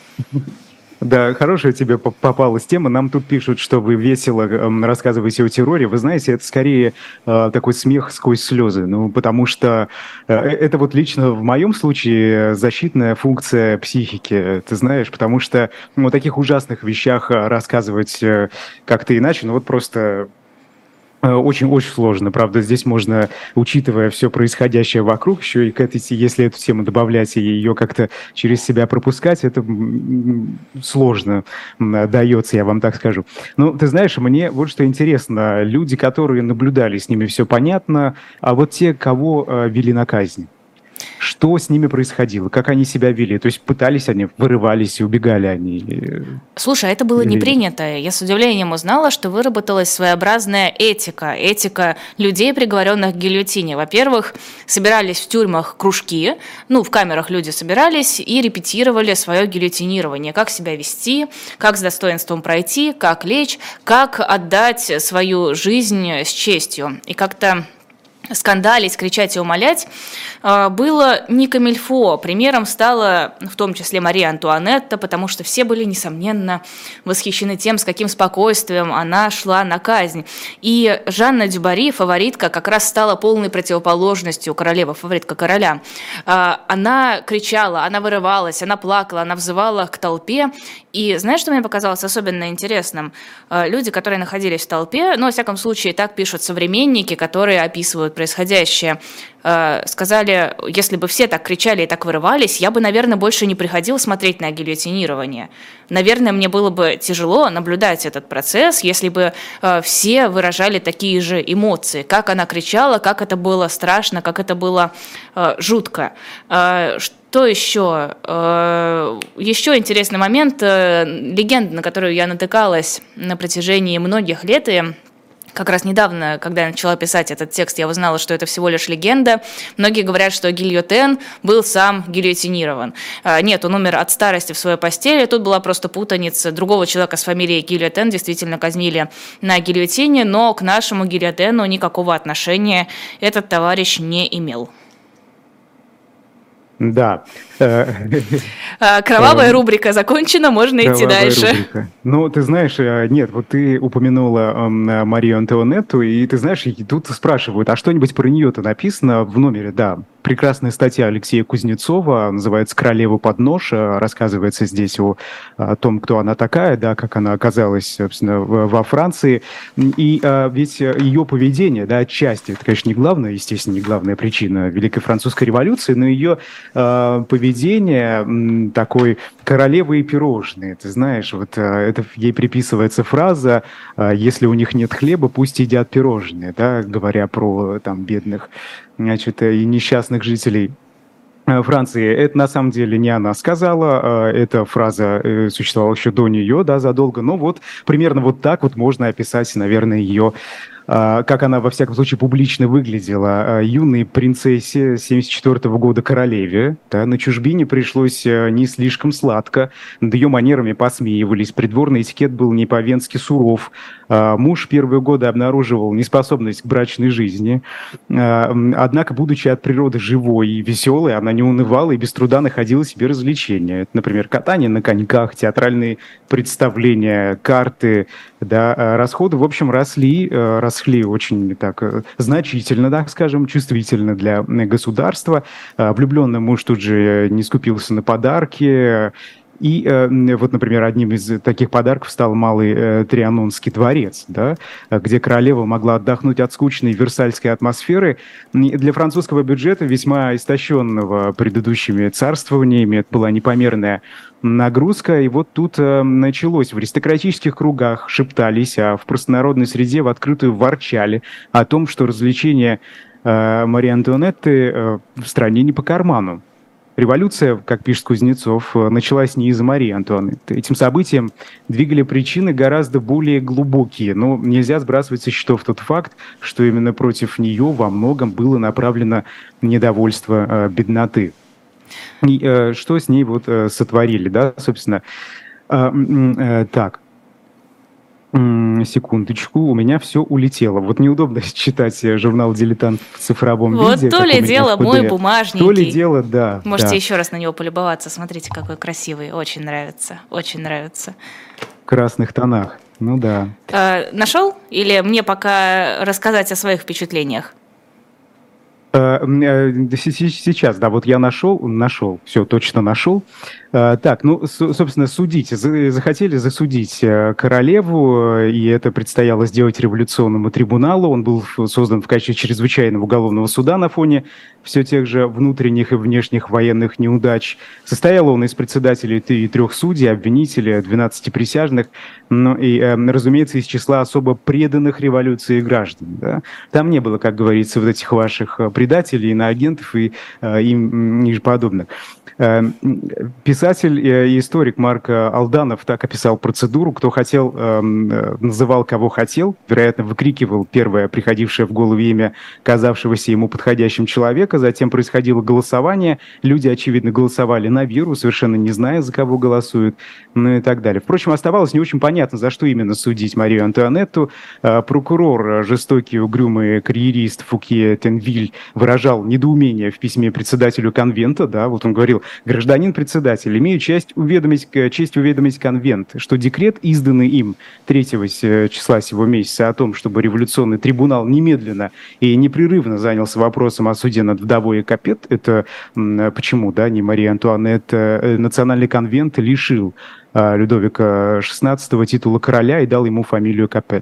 Да, хорошая тебе попалась тема. Нам тут пишут, что вы весело рассказываете о терроре. Вы знаете, это скорее такой смех сквозь слезы. Ну, потому что это вот лично в моем случае защитная функция психики, ты знаешь, потому что о таких ужасных вещах рассказывать как-то иначе, ну вот просто... Очень-очень сложно. Правда, здесь можно, учитывая все происходящее вокруг, еще и к этой, если эту тему добавлять и ее как-то через себя пропускать, это сложно дается, я вам так скажу. Ну, ты знаешь, мне вот что интересно. Люди, которые наблюдали, с ними все понятно, а вот те, кого вели на казнь, что с ними происходило? Как они себя вели? То есть пытались они, вырывались и убегали они? Слушай, это было не принято. Я с удивлением узнала, что выработалась своеобразная этика людей, приговоренных к гильотине. Во-первых, собирались в тюрьмах кружки, в камерах люди собирались и репетировали свое гильотинирование. Как себя вести, как с достоинством пройти, как лечь, как отдать свою жизнь с честью. И как-то скандалить, кричать и умолять было не камильфо. Примером стала в том числе Мария Антуанетта, потому что все были, несомненно, восхищены тем, с каким спокойствием она шла на казнь. И Жанна Дюбари, фаворитка, как раз стала полной противоположностью королевы, фаворитка короля. Она кричала, она вырывалась, она плакала, она взывала к толпе. И знаешь, что мне показалось особенно интересным? Люди, которые находились в толпе, во всяком случае, так пишут современники, которые описывают происходящее, сказали, если бы все так кричали и так вырывались, я бы, наверное, больше не приходил смотреть на гильотинирование. Наверное, мне было бы тяжело наблюдать этот процесс, если бы все выражали такие же эмоции. Как она кричала, как это было страшно, как это было жутко. Что еще? Еще интересный момент, легенда, на которую я натыкалась на протяжении многих лет, и как раз недавно, когда я начала писать этот текст, я узнала, что это всего лишь легенда. Многие говорят, что Гильотен был сам гильотинирован. Нет, он умер от старости в своей постели. Тут была просто путаница. Другого человека с фамилией Гильотен действительно казнили на гильотине, но к нашему Гильотену никакого отношения этот товарищ не имел. Да. Кровавая рубрика закончена, можно идти Кровавая дальше. рубрика. Ну, ты знаешь, нет, вот ты упомянула Марию Антуанетту, и ты знаешь, и тут спрашивают, а что-нибудь про нее-то написано в номере? Да, прекрасная статья Алексея Кузнецова, называется «Королева под нож», рассказывается здесь о том, кто она такая, да, как она оказалась, собственно, во Франции. И ведь ее поведение, да, отчасти, это, конечно, не главная, естественно, не главная причина Великой Французской революции, но ее поведение такой королевы и пирожные. Ты знаешь, вот это ей приписывается фраза «если у них нет хлеба, пусть едят пирожные», да, говоря про там бедных, значит, и несчастных жителей Франции. Это на самом деле не она сказала, эта фраза существовала еще до нее, да, задолго, но вот примерно вот так вот можно описать, наверное, ее, как она, во всяком случае, публично выглядела. Юной принцессе 74 года королеве, да, на чужбине пришлось не слишком сладко, над ее манерами посмеивались, придворный этикет был не по-венски суров, муж первые годы обнаруживал неспособность к брачной жизни, однако, будучи от природы живой и веселой, она не унывала и без труда находила себе развлечения. Это, например, катание на коньках, театральные представления, карты, да, расходы, в общем, росли очень так значительно, так скажем, чувствительно для государства. Влюбленный муж тут же не скупился на подарки. И вот, например, одним из таких подарков стал Малый Трианонский дворец, да, где королева могла отдохнуть от скучной версальской атмосферы. И для французского бюджета, весьма истощенного предыдущими царствованиями, это была непомерная нагрузка. И вот тут началось. В аристократических кругах шептались, а в простонародной среде в открытую ворчали о том, что развлечения Марии Антуанетты в стране не по карману. Революция, как пишет Кузнецов, началась не из-за Марии Антуанетты. Этим событием двигали причины гораздо более глубокие. Но нельзя сбрасывать со счетов тот факт, что именно против нее во многом было направлено недовольство бедноты. И что с ней вот сотворили, да, собственно. Так. Секундочку, у меня все улетело. Вот неудобно читать журнал «Дилетант» в цифровом Вот виде. то ли дело мой бумажненький. То ли дело, да. Можете да. еще раз на него полюбоваться. Смотрите, какой красивый. Очень нравится. Очень нравится. В красных тонах. Ну да. Нашел? Или мне пока рассказать о своих впечатлениях? Сейчас, да, вот я нашел, все, точно нашел. Так, ну, собственно, захотели засудить королеву, и это предстояло сделать революционному трибуналу. Он был создан в качестве чрезвычайного уголовного суда на фоне все тех же внутренних и внешних военных неудач. Состоял он из председателей и 3 судей, обвинителей, 12 присяжных, ну и, разумеется, из числа особо преданных революции граждан. Да? Там не было, как говорится, вот этих ваших предателей, иноагентов и им ниже подобных. Писатель и историк Марк Алданов так описал процедуру. Кто хотел, называл кого хотел, вероятно, выкрикивал первое приходившее в голову имя казавшегося ему подходящим человека. Затем происходило голосование. Люди, очевидно, голосовали на веру, совершенно не зная, за кого голосуют, ну и так далее. Впрочем, оставалось не очень понятно, за что именно судить Марию Антуанетту. Прокурор, жестокий, угрюмый карьерист Фукье Тенвиль, выражал недоумение в письме председателю конвента. Да, вот он говорил: гражданин председатель, имею честь уведомить конвент, что декрет, изданный им 3 числа сего месяца о том, чтобы революционный трибунал немедленно и непрерывно занялся вопросом о суде над вдовой Капет, это почему, да, не Мария Антуанетта, национальный конвент лишил Людовика XVI титула короля и дал ему фамилию Капет.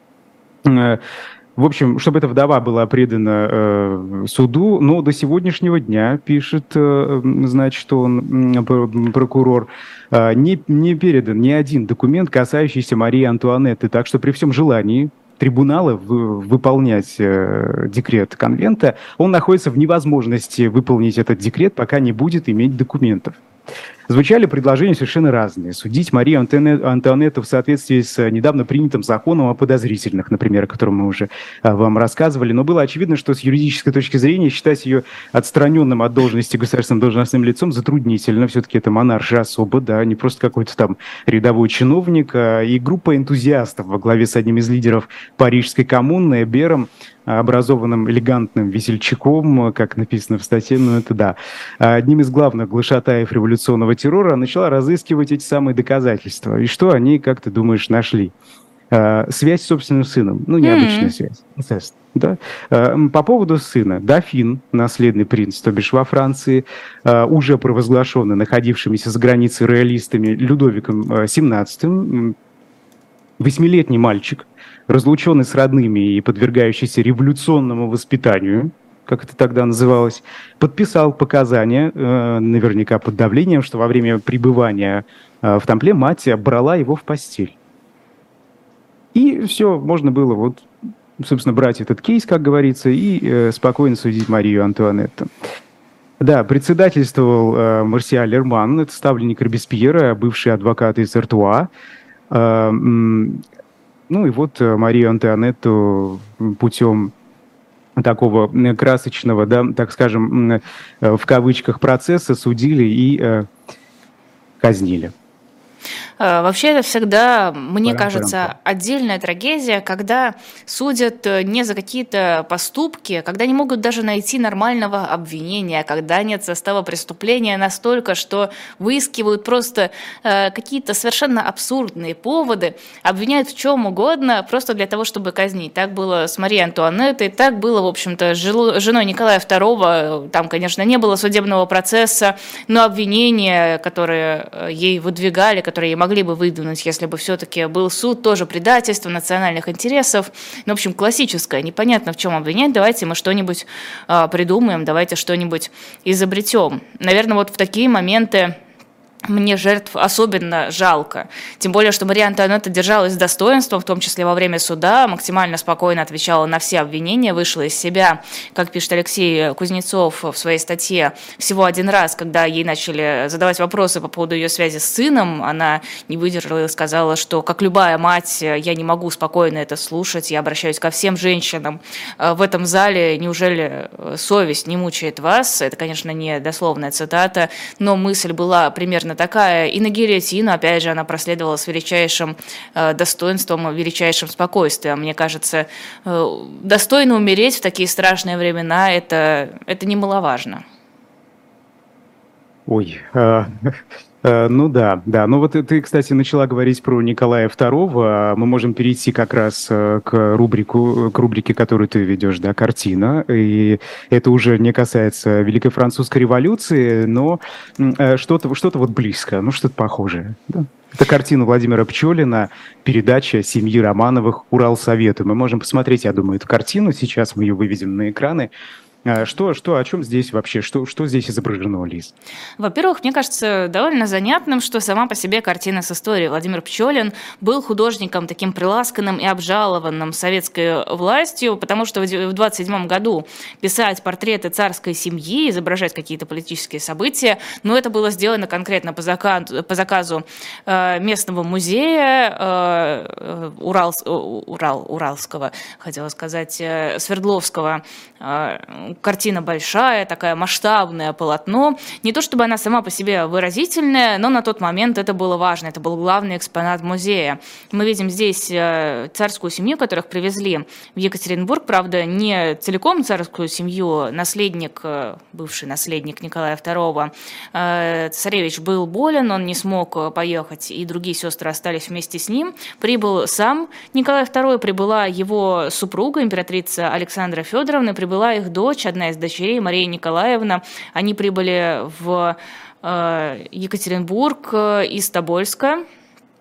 В общем, чтобы эта вдова была предана суду, но до сегодняшнего дня, пишет, значит, он, прокурор, не передан ни один документ, касающийся Марии Антуанетты. Так что при всем желании трибунала выполнять декрет конвента, он находится в невозможности выполнить этот декрет, пока не будет иметь документов. Звучали предложения совершенно разные. Судить Марию Антуанетту в соответствии с недавно принятым законом о подозрительных, например, о котором мы уже вам рассказывали. Но было очевидно, что с юридической точки зрения считать ее отстраненным от должности государственным должностным лицом затруднительно. Все-таки это монаршая особа, да, не просто какой-то там рядовой чиновник. И группа энтузиастов во главе с одним из лидеров Парижской коммуны, Бером, образованным элегантным весельчаком, как написано в статье, ну это да, одним из главных глашатаев революционного террора, начала разыскивать эти самые доказательства. И что они, как ты думаешь, нашли? Связь с собственным сыном. Ну, необычная связь. Инцест, да? По поводу сына. Дофин, наследный принц, то бишь во Франции, уже провозглашенный, находившимися за границей роялистами Людовиком XVII, 8-летний мальчик, разлученный с родными и подвергающийся революционному воспитанию, как это тогда называлось, подписал показания, наверняка под давлением, что во время пребывания в Тампле мать брала его в постель. И все, можно было вот, собственно, брать этот кейс, как говорится, и спокойно судить Марию Антуанетту. Да, председательствовал Марсиаль Лерман, это ставленник Робеспьера, бывший адвокат из Артуа. Ну и вот Марию Антуанетту путем такого красочного, да, так скажем, в кавычках процесса судили и казнили. Вообще это всегда, мне кажется, отдельная трагедия, когда судят не за какие-то поступки, когда не могут даже найти нормального обвинения, когда нет состава преступления настолько, что выискивают просто какие-то совершенно абсурдные поводы, обвиняют в чем угодно, просто для того, чтобы казнить. Так было с Марией Антуанеттой, так было, в общем-то, с женой Николая II. Там, конечно, не было судебного процесса, но обвинения, которые ей выдвигали, которые ей могли бы выдвинуть, если бы все-таки был суд, тоже предательство национальных интересов. Ну, в общем, классическое, непонятно в чем обвинять, давайте мы что-нибудь придумаем, давайте что-нибудь изобретем. Наверное, вот в такие моменты мне жертв особенно жалко. Тем более, что Мария Антуанетта держалась с достоинством, в том числе во время суда, максимально спокойно отвечала на все обвинения, вышла из себя, как пишет Алексей Кузнецов в своей статье, всего один раз, когда ей начали задавать вопросы по поводу ее связи с сыном, она не выдержала и сказала, что, как любая мать, я не могу спокойно это слушать, я обращаюсь ко всем женщинам в этом зале, неужели совесть не мучает вас? Это, конечно, не дословная цитата, но мысль была примерно такая. И на гильотину, опять же, она проследовала с величайшим достоинством, величайшим спокойствием. Мне кажется, достойно умереть в такие страшные времена, это немаловажно. Ой, ну да. Ну вот ты, кстати, начала говорить про Николая II. Мы можем перейти как раз к рубрике, которую ты ведешь, да, картина. И это уже не касается Великой Французской революции, но что-то вот близко, ну что-то похожее. Да? Это картина Владимира Пчелина, передача семьи Романовых «Уралсоветы». Мы можем посмотреть, я думаю, эту картину. Сейчас мы ее выведем на экраны. Что, о чем здесь вообще, что здесь изображено, Лиз? Во-первых, мне кажется довольно занятным, что сама по себе картина с историей. Владимир Пчелин был художником таким приласканным и обжалованным советской властью, потому что в 1927 году писать портреты царской семьи, изображать какие-то политические события, но это было сделано конкретно по заказу местного музея Уральского, хотела сказать, Свердловского. Картина большая, такая масштабное полотно. Не то чтобы она сама по себе выразительная, но на тот момент это было важно. Это был главный экспонат музея. Мы видим здесь царскую семью, которых привезли в Екатеринбург. Правда, не целиком царскую семью. Бывший наследник Николая II, царевич был болен, он не смог поехать, и другие сестры остались вместе с ним. Прибыл сам Николай II, прибыла его супруга, императрица Александра Федоровна, прибыла их дочь, одна из дочерей, Мария Николаевна. Они прибыли в Екатеринбург из Тобольска.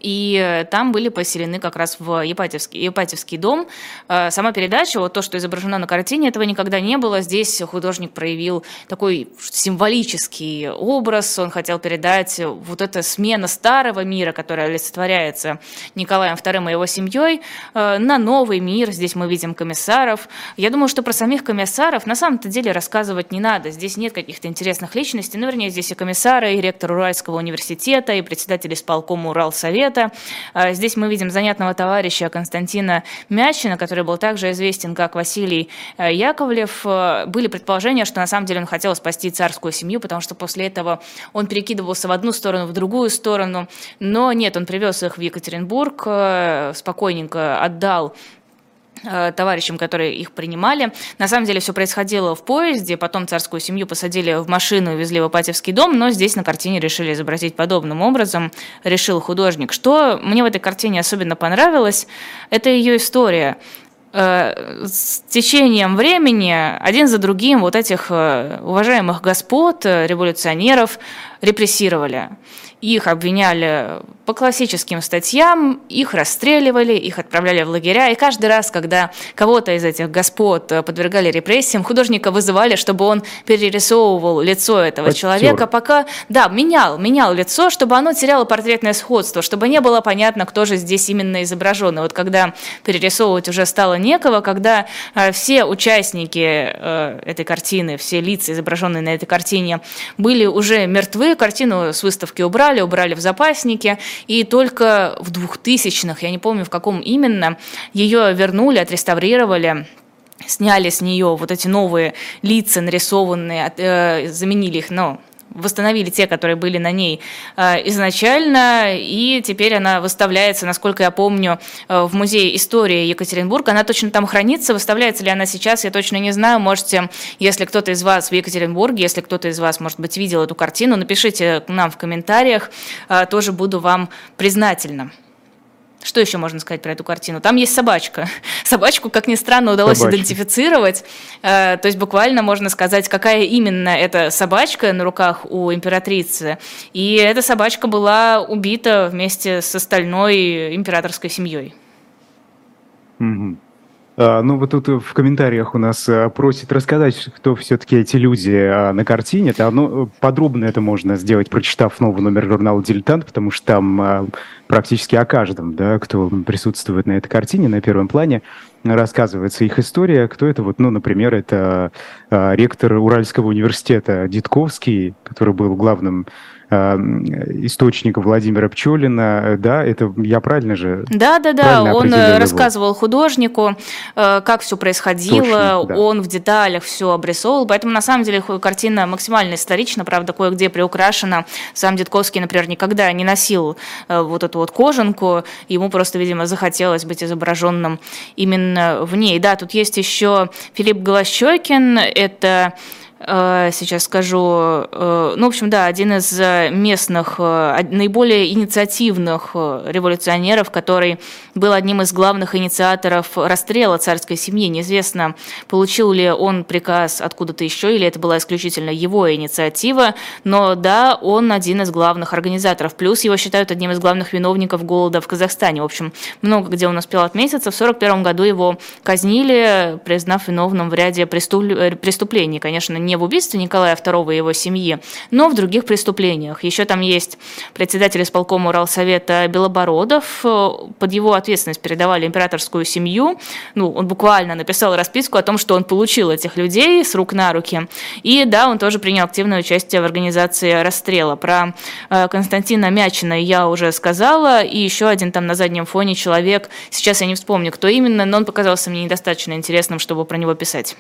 И там были поселены как раз в Ипатьевский дом. Сама передача, вот то, что изображено на картине, этого никогда не было. Здесь художник проявил такой символический образ. Он хотел передать вот эта смена старого мира, которая олицетворяется Николаем II и его семьей, на новый мир. Здесь мы видим комиссаров. Я думаю, что про самих комиссаров на самом-то деле рассказывать не надо. Здесь нет каких-то интересных личностей. Ну, вернее, здесь и комиссары, и ректор Уральского университета, и председатель исполкома Уралсовета. Здесь мы видим занятного товарища Константина Мячина, который был также известен как Василий Яковлев. Были предположения, что на самом деле он хотел спасти царскую семью, потому что после этого он перекидывался в одну сторону, в другую сторону. Но нет, он привез их в Екатеринбург, спокойненько отдал товарищам, которые их принимали. На самом деле все происходило в поезде, потом царскую семью посадили в машину и везли в Ипатьевский дом, но здесь на картине решили изобразить подобным образом, решил художник. Что мне в этой картине особенно понравилось, это ее история. С течением времени один за другим вот этих уважаемых господ, революционеров, репрессировали. Их обвиняли по классическим статьям, их расстреливали, их отправляли в лагеря. И каждый раз, когда кого-то из этих господ подвергали репрессиям, художника вызывали, чтобы он перерисовывал лицо этого человека, пока, да, менял лицо, чтобы оно теряло портретное сходство, чтобы не было понятно, кто же здесь именно изображен. И вот когда перерисовывать уже стало некого, когда все участники этой картины, все лица, изображенные на этой картине, были уже мертвы, картину с выставки убрали в запасники, и только в 2000-х, я не помню в каком именно, ее вернули, отреставрировали, сняли с нее вот эти новые лица нарисованные, заменили их, восстановили те, которые были на ней изначально, и теперь она выставляется, насколько я помню, в Музее истории Екатеринбурга. Она точно там хранится, выставляется ли она сейчас, я точно не знаю. Можете, если кто-то из вас в Екатеринбурге, если кто-то из вас, может быть, видел эту картину, напишите нам в комментариях, тоже буду вам признательна. Что еще можно сказать про эту картину? Там есть собачка. Собачку, как ни странно, удалось идентифицировать. То есть буквально можно сказать, какая именно эта собачка на руках у императрицы. И эта собачка была убита вместе с остальной императорской семьей. Mm-hmm. Вот тут в комментариях у нас просят рассказать, кто все-таки эти люди на картине. Подробно это можно сделать, прочитав новый номер журнала «Дилетант», потому что там практически о каждом, да, кто присутствует на этой картине, на первом плане, рассказывается их история. Кто это? Например, это ректор Уральского университета Дидковский, который был главным источником Владимира Пчелина, да, это я правильно же? Да, он рассказывал художнику, как все происходило, точно, да. Он в деталях все обрисовывал, поэтому на самом деле картина максимально исторична, правда, кое-где приукрашена. Сам Дидковский, например, никогда не носил вот эту вот кожанку, ему просто, видимо, захотелось быть изображенным именно в ней. Да, тут есть еще Филипп Голощёкин, это... Сейчас скажу, в общем, да, один из местных, наиболее инициативных революционеров, который был одним из главных инициаторов расстрела царской семьи. Неизвестно, получил ли он приказ откуда-то еще, или это была исключительно его инициатива, но да, он один из главных организаторов. Плюс его считают одним из главных виновников голода в Казахстане. В общем, много где он успел отметиться. В 1941 году его казнили, признав виновным в ряде преступлений. Конечно, не в убийстве Николая II и его семьи, но в других преступлениях. Еще там есть председатель исполкома Уралсовета Белобородов. Под его ответственность передавали императорскую семью. Он буквально написал расписку о том, что он получил этих людей с рук на руки. И да, он тоже принял активное участие в организации расстрела. Про Константина Мячина я уже сказала. И еще один там на заднем фоне человек. Сейчас я не вспомню, кто именно, но он показался мне недостаточно интересным, чтобы про него писать.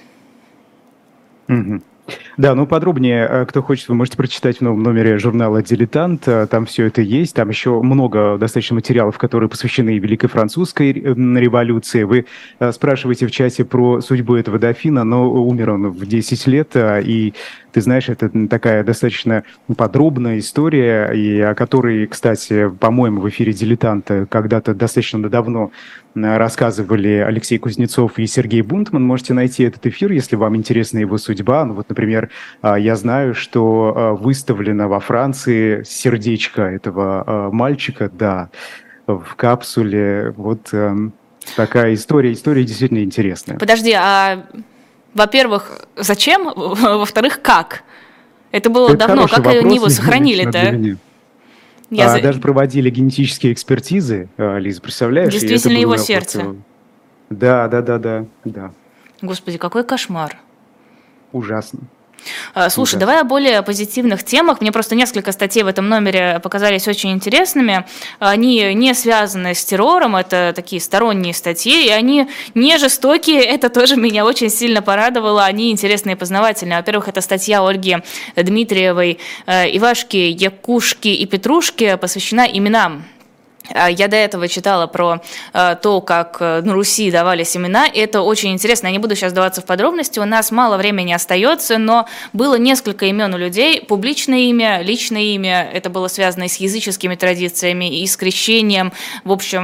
Mm-hmm. Да, подробнее, кто хочет, вы можете прочитать в новом номере журнала «Дилетант». Там все это есть. Там еще много достаточно материалов, которые посвящены Великой Французской революции. Вы спрашиваете в чате про судьбу этого дофина, но умер он в 10 лет, и ты знаешь, это такая достаточно подробная история, и о которой, кстати, по-моему, в эфире «Дилетанта» когда-то достаточно давно рассказывали Алексей Кузнецов и Сергей Бунтман. Можете найти этот эфир, если вам интересна его судьба. Например, я знаю, что выставлено во Франции сердечко этого мальчика, да, в капсуле. Вот такая история. История действительно интересная. Подожди, во-первых, зачем? Во-вторых, как? Это было давно. Как они его сохранили-то? Даже проводили генетические экспертизы, Лиза, представляешь? Действительно его сердце. Да. Господи, какой кошмар. Ужасно. Слушай, давай о более позитивных темах. Мне просто несколько статей в этом номере показались очень интересными. Они не связаны с террором, это такие сторонние статьи, и они не жестокие, это тоже меня очень сильно порадовало. Они интересные и познавательные. Во-первых, это статья Ольги Дмитриевой «Ивашки, Якушки и Петрушки» посвящена именам. Я до этого читала про то, как на Руси давались имена, и это очень интересно. Я не буду сейчас вдаваться в подробности, у нас мало времени остается, но было несколько имен у людей, публичное имя, личное имя, это было связано и с языческими традициями, и с крещением. В общем,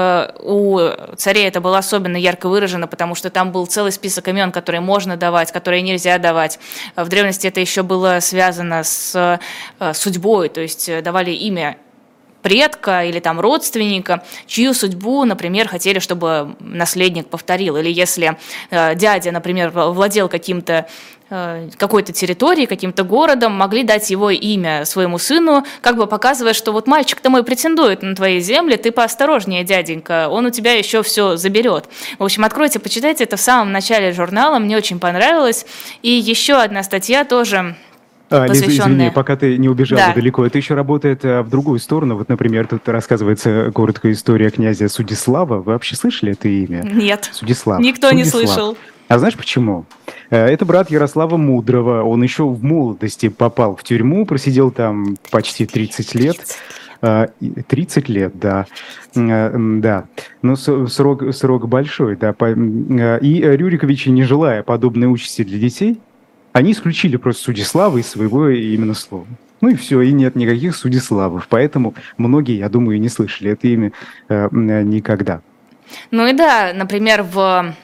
у царей это было особенно ярко выражено, потому что там был целый список имен, которые можно давать, которые нельзя давать. В древности это еще было связано с судьбой, то есть давали имя предка или там родственника, чью судьбу, например, хотели, чтобы наследник повторил. Или если дядя, например, владел какой-то территорией, каким-то городом, могли дать его имя своему сыну, как бы показывая, что вот мальчик-то мой претендует на твои земли, ты поосторожнее, дяденька, он у тебя еще все заберет. В общем, откройте, почитайте, это в самом начале журнала, мне очень понравилось. И еще одна статья тоже... Лиза, извини, пока ты не убежала далеко, это еще работает в другую сторону. Вот, например, тут рассказывается короткая история князя Судислава. Вы вообще слышали это имя? Нет, Судислав. Никто не слышал. А знаешь почему? Это брат Ярослава Мудрого. Он еще в молодости попал в тюрьму, просидел там почти 30 лет. 30 лет, да. Да. Но срок большой, да. И Рюриковичи, не желая подобной участи для детей, они исключили просто Судислава из своего именно слова. Ну и все, и нет никаких Судиславов. Поэтому многие, я думаю, и не слышали это имя никогда. Ну и да, например, в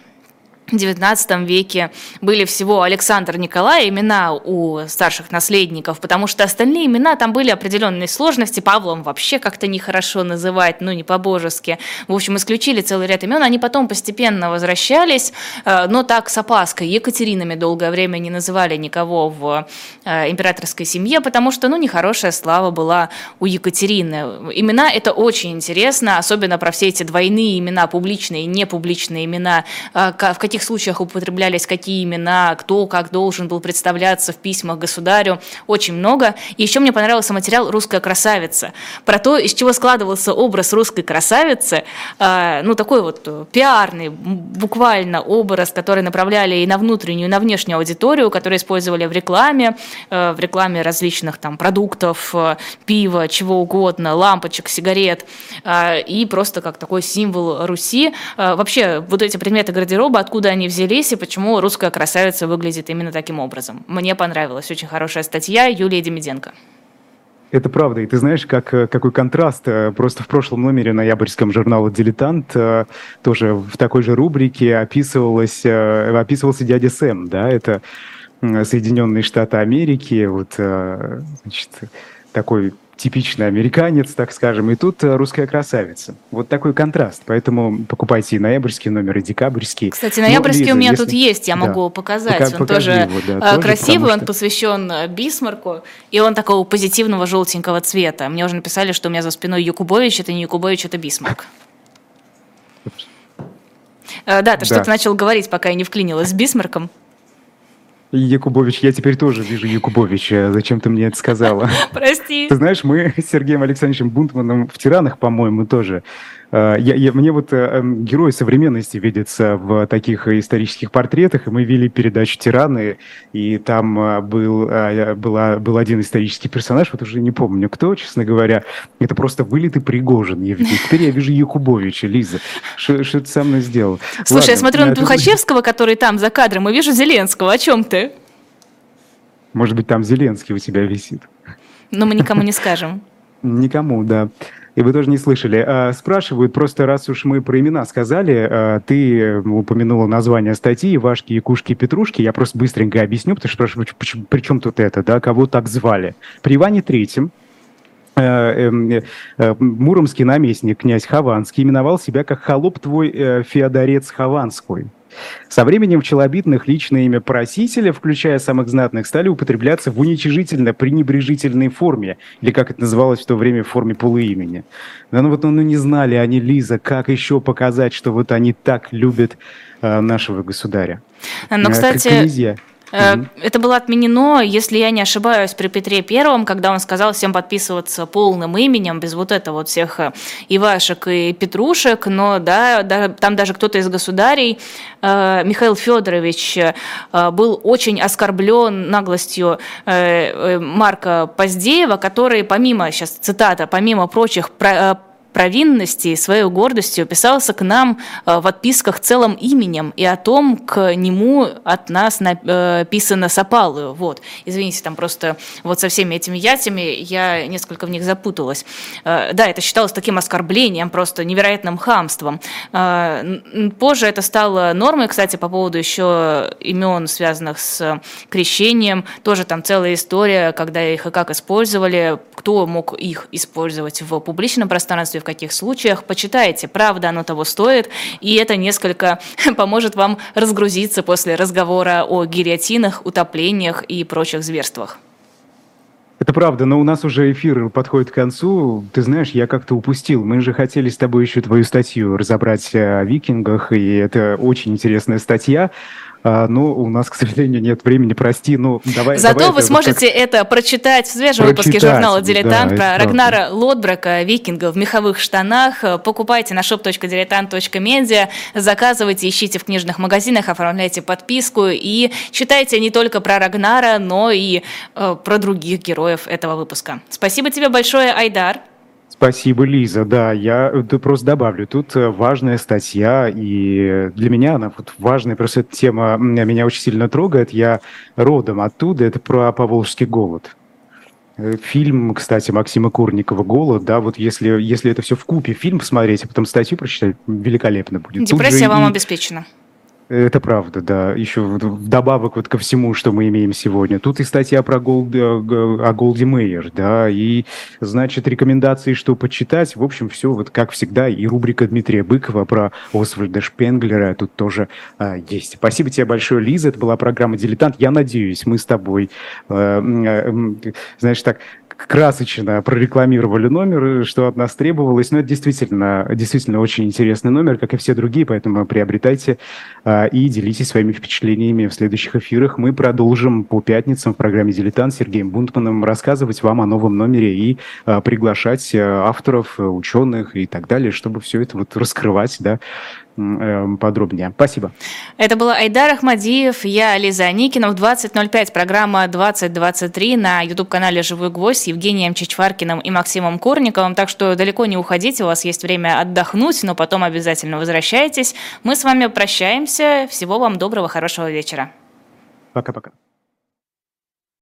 XIX веке были всего Александр, Николай, имена у старших наследников, потому что остальные имена, там были определенные сложности, Павлом вообще как-то нехорошо называть, не по-божески. В общем, исключили целый ряд имен, они потом постепенно возвращались, но так с опаской. Екатеринами долгое время не называли никого в императорской семье, потому что, нехорошая слава была у Екатерины. Имена — это очень интересно, особенно про все эти двойные имена, публичные и непубличные имена, в каких случаях употреблялись какие имена, кто как должен был представляться в письмах государю, очень много. И еще мне понравился материал «Русская красавица», про то, из чего складывался образ русской красавицы, такой вот пиарный, буквально образ, который направляли и на внутреннюю, и на внешнюю аудиторию, который использовали в рекламе различных там продуктов, пива, чего угодно, лампочек, сигарет, и просто как такой символ Руси. Вообще, вот эти предметы гардероба, откуда они взялись и почему русская красавица выглядит именно таким образом. Мне понравилась очень хорошая статья Юлии Демиденко. Это правда. И ты знаешь, какой контраст. Просто в прошлом номере ноябрьском журнала «Дилетант» тоже в такой же рубрике описывался дядя Сэм. Да? Это Соединенные Штаты Америки. Вот, значит, такой типичный американец, так скажем, и тут русская красавица. Вот такой контраст. Поэтому покупайте и ноябрьский номер, и декабрьский. Кстати, ноябрьский Лиза, у меня тут есть, я могу показать. Он тоже красивый, он посвящен Бисмарку, и он такого позитивного желтенького цвета. Мне уже написали, что у меня за спиной Якубович, это не Якубович, это Бисмарк. Да, ты что-то начал говорить, пока я не вклинилась с Бисмарком. Якубович, я теперь тоже вижу Якубовича. Зачем ты мне это сказала? Прости. Ты знаешь, мы с Сергеем Александровичем Бунтманом в «Тиранах», по-моему, тоже. Мне вот герои современности видятся в таких исторических портретах, и мы вели передачу «Тираны», и там был один исторический персонаж, вот уже не помню кто, честно говоря. Это просто вылитый Пригожин. Теперь я вижу Якубовича, Лиза. Что ты со мной сделал? Слушай, я смотрю на Тухачевского, который там за кадром, и вижу Зеленского. О чем ты? Может быть, там Зеленский у тебя висит. Но мы никому не скажем. Никому, да. И вы тоже не слышали. Спрашивают, просто раз уж мы про имена сказали, ты упомянула название статьи «Ивашки, Якушки, Петрушки». Я просто быстренько объясню, потому что спрашивают, при чем тут это, да, кого так звали. При Иване Третьем муромский наместник, князь Хованский, именовал себя как «холоп твой Феодорец Хованской». Со временем в челобитных личное имя просителя, включая самых знатных, стали употребляться в уничижительно-пренебрежительной форме, или, как это называлось в то время, в форме полуимени. Ну, не знали они, Лиза, как еще показать, что вот они так любят нашего государя. Но, кстати... Князья. Это было отменено, если я не ошибаюсь, при Петре Первом, когда он сказал всем подписываться полным именем, без вот этого вот всех Ивашек и Петрушек, но да, там даже кто-то из государей, Михаил Федорович, был очень оскорблен наглостью Марка Поздеева, который, помимо, сейчас цитата, помимо прочих провинностей, своей гордостью писался к нам в отписках целым именем, и о том к нему от нас написано с опалою. Вот. Извините, там просто вот со всеми этими ятями я несколько в них запуталась. Да, это считалось таким оскорблением, просто невероятным хамством. Позже это стало нормой, кстати, по поводу еще имен, связанных с крещением. Тоже там целая история, когда их и как использовали, кто мог их использовать в публичном пространстве, в каких случаях. Почитайте, правда, оно того стоит, и это несколько поможет вам разгрузиться после разговора о гильотинах, утоплениях и прочих зверствах. Это правда, но у нас уже эфир подходит к концу. Ты знаешь, я как-то упустил. Мы же хотели с тобой еще твою статью разобрать о викингах, и это очень интересная статья. Но у нас, к сожалению, нет времени, прости. Зато вы сможете это прочитать в свежем выпуске журнала «Дилетант» про Рагнара Лодбрека, викинга в меховых штанах. Покупайте на shop.diletant.media, заказывайте, ищите в книжных магазинах, оформляйте подписку и читайте не только про Рагнара, но и про других героев этого выпуска. Спасибо тебе большое, Айдар. Спасибо, Лиза. Да, я просто добавлю. Тут важная статья, и для меня она вот важная, просто эта тема меня очень сильно трогает. Я родом оттуда, это про поволжский голод. Фильм, кстати, Максима Курникова «Голод», да, вот если это все вкупе, фильм посмотреть, а потом статью прочитать, великолепно будет. Депрессия вам обеспечена. Это правда, да. Еще вдобавок вот ко всему, что мы имеем сегодня. Тут и статья о Голди Меир, да, и, значит, рекомендации, что почитать. В общем, все вот как всегда. И рубрика Дмитрия Быкова про Освальда Шпенглера тут тоже есть. Спасибо тебе большое, Лиза. Это была программа «Дилетант». Я надеюсь, мы с тобой, знаешь, так красочно прорекламировали номер, что от нас требовалось. Но это действительно очень интересный номер, как и все другие, поэтому приобретайте и делитесь своими впечатлениями в следующих эфирах. Мы продолжим по пятницам в программе «Дилетант» с Сергеем Бунтманом рассказывать вам о новом номере и приглашать авторов, ученых и так далее, чтобы все это вот раскрывать, да, подробнее. Спасибо. Это был Айдар Ахмадиев, я Лиза Аникина. В 20:05 программа 2023 на YouTube-канале «Живой гвоздь» с Евгением Чичваркиным и Максимом Курниковым. Так что далеко не уходите, у вас есть время отдохнуть, но потом обязательно возвращайтесь. Мы с вами прощаемся. Всего вам доброго, хорошего вечера. Пока-пока.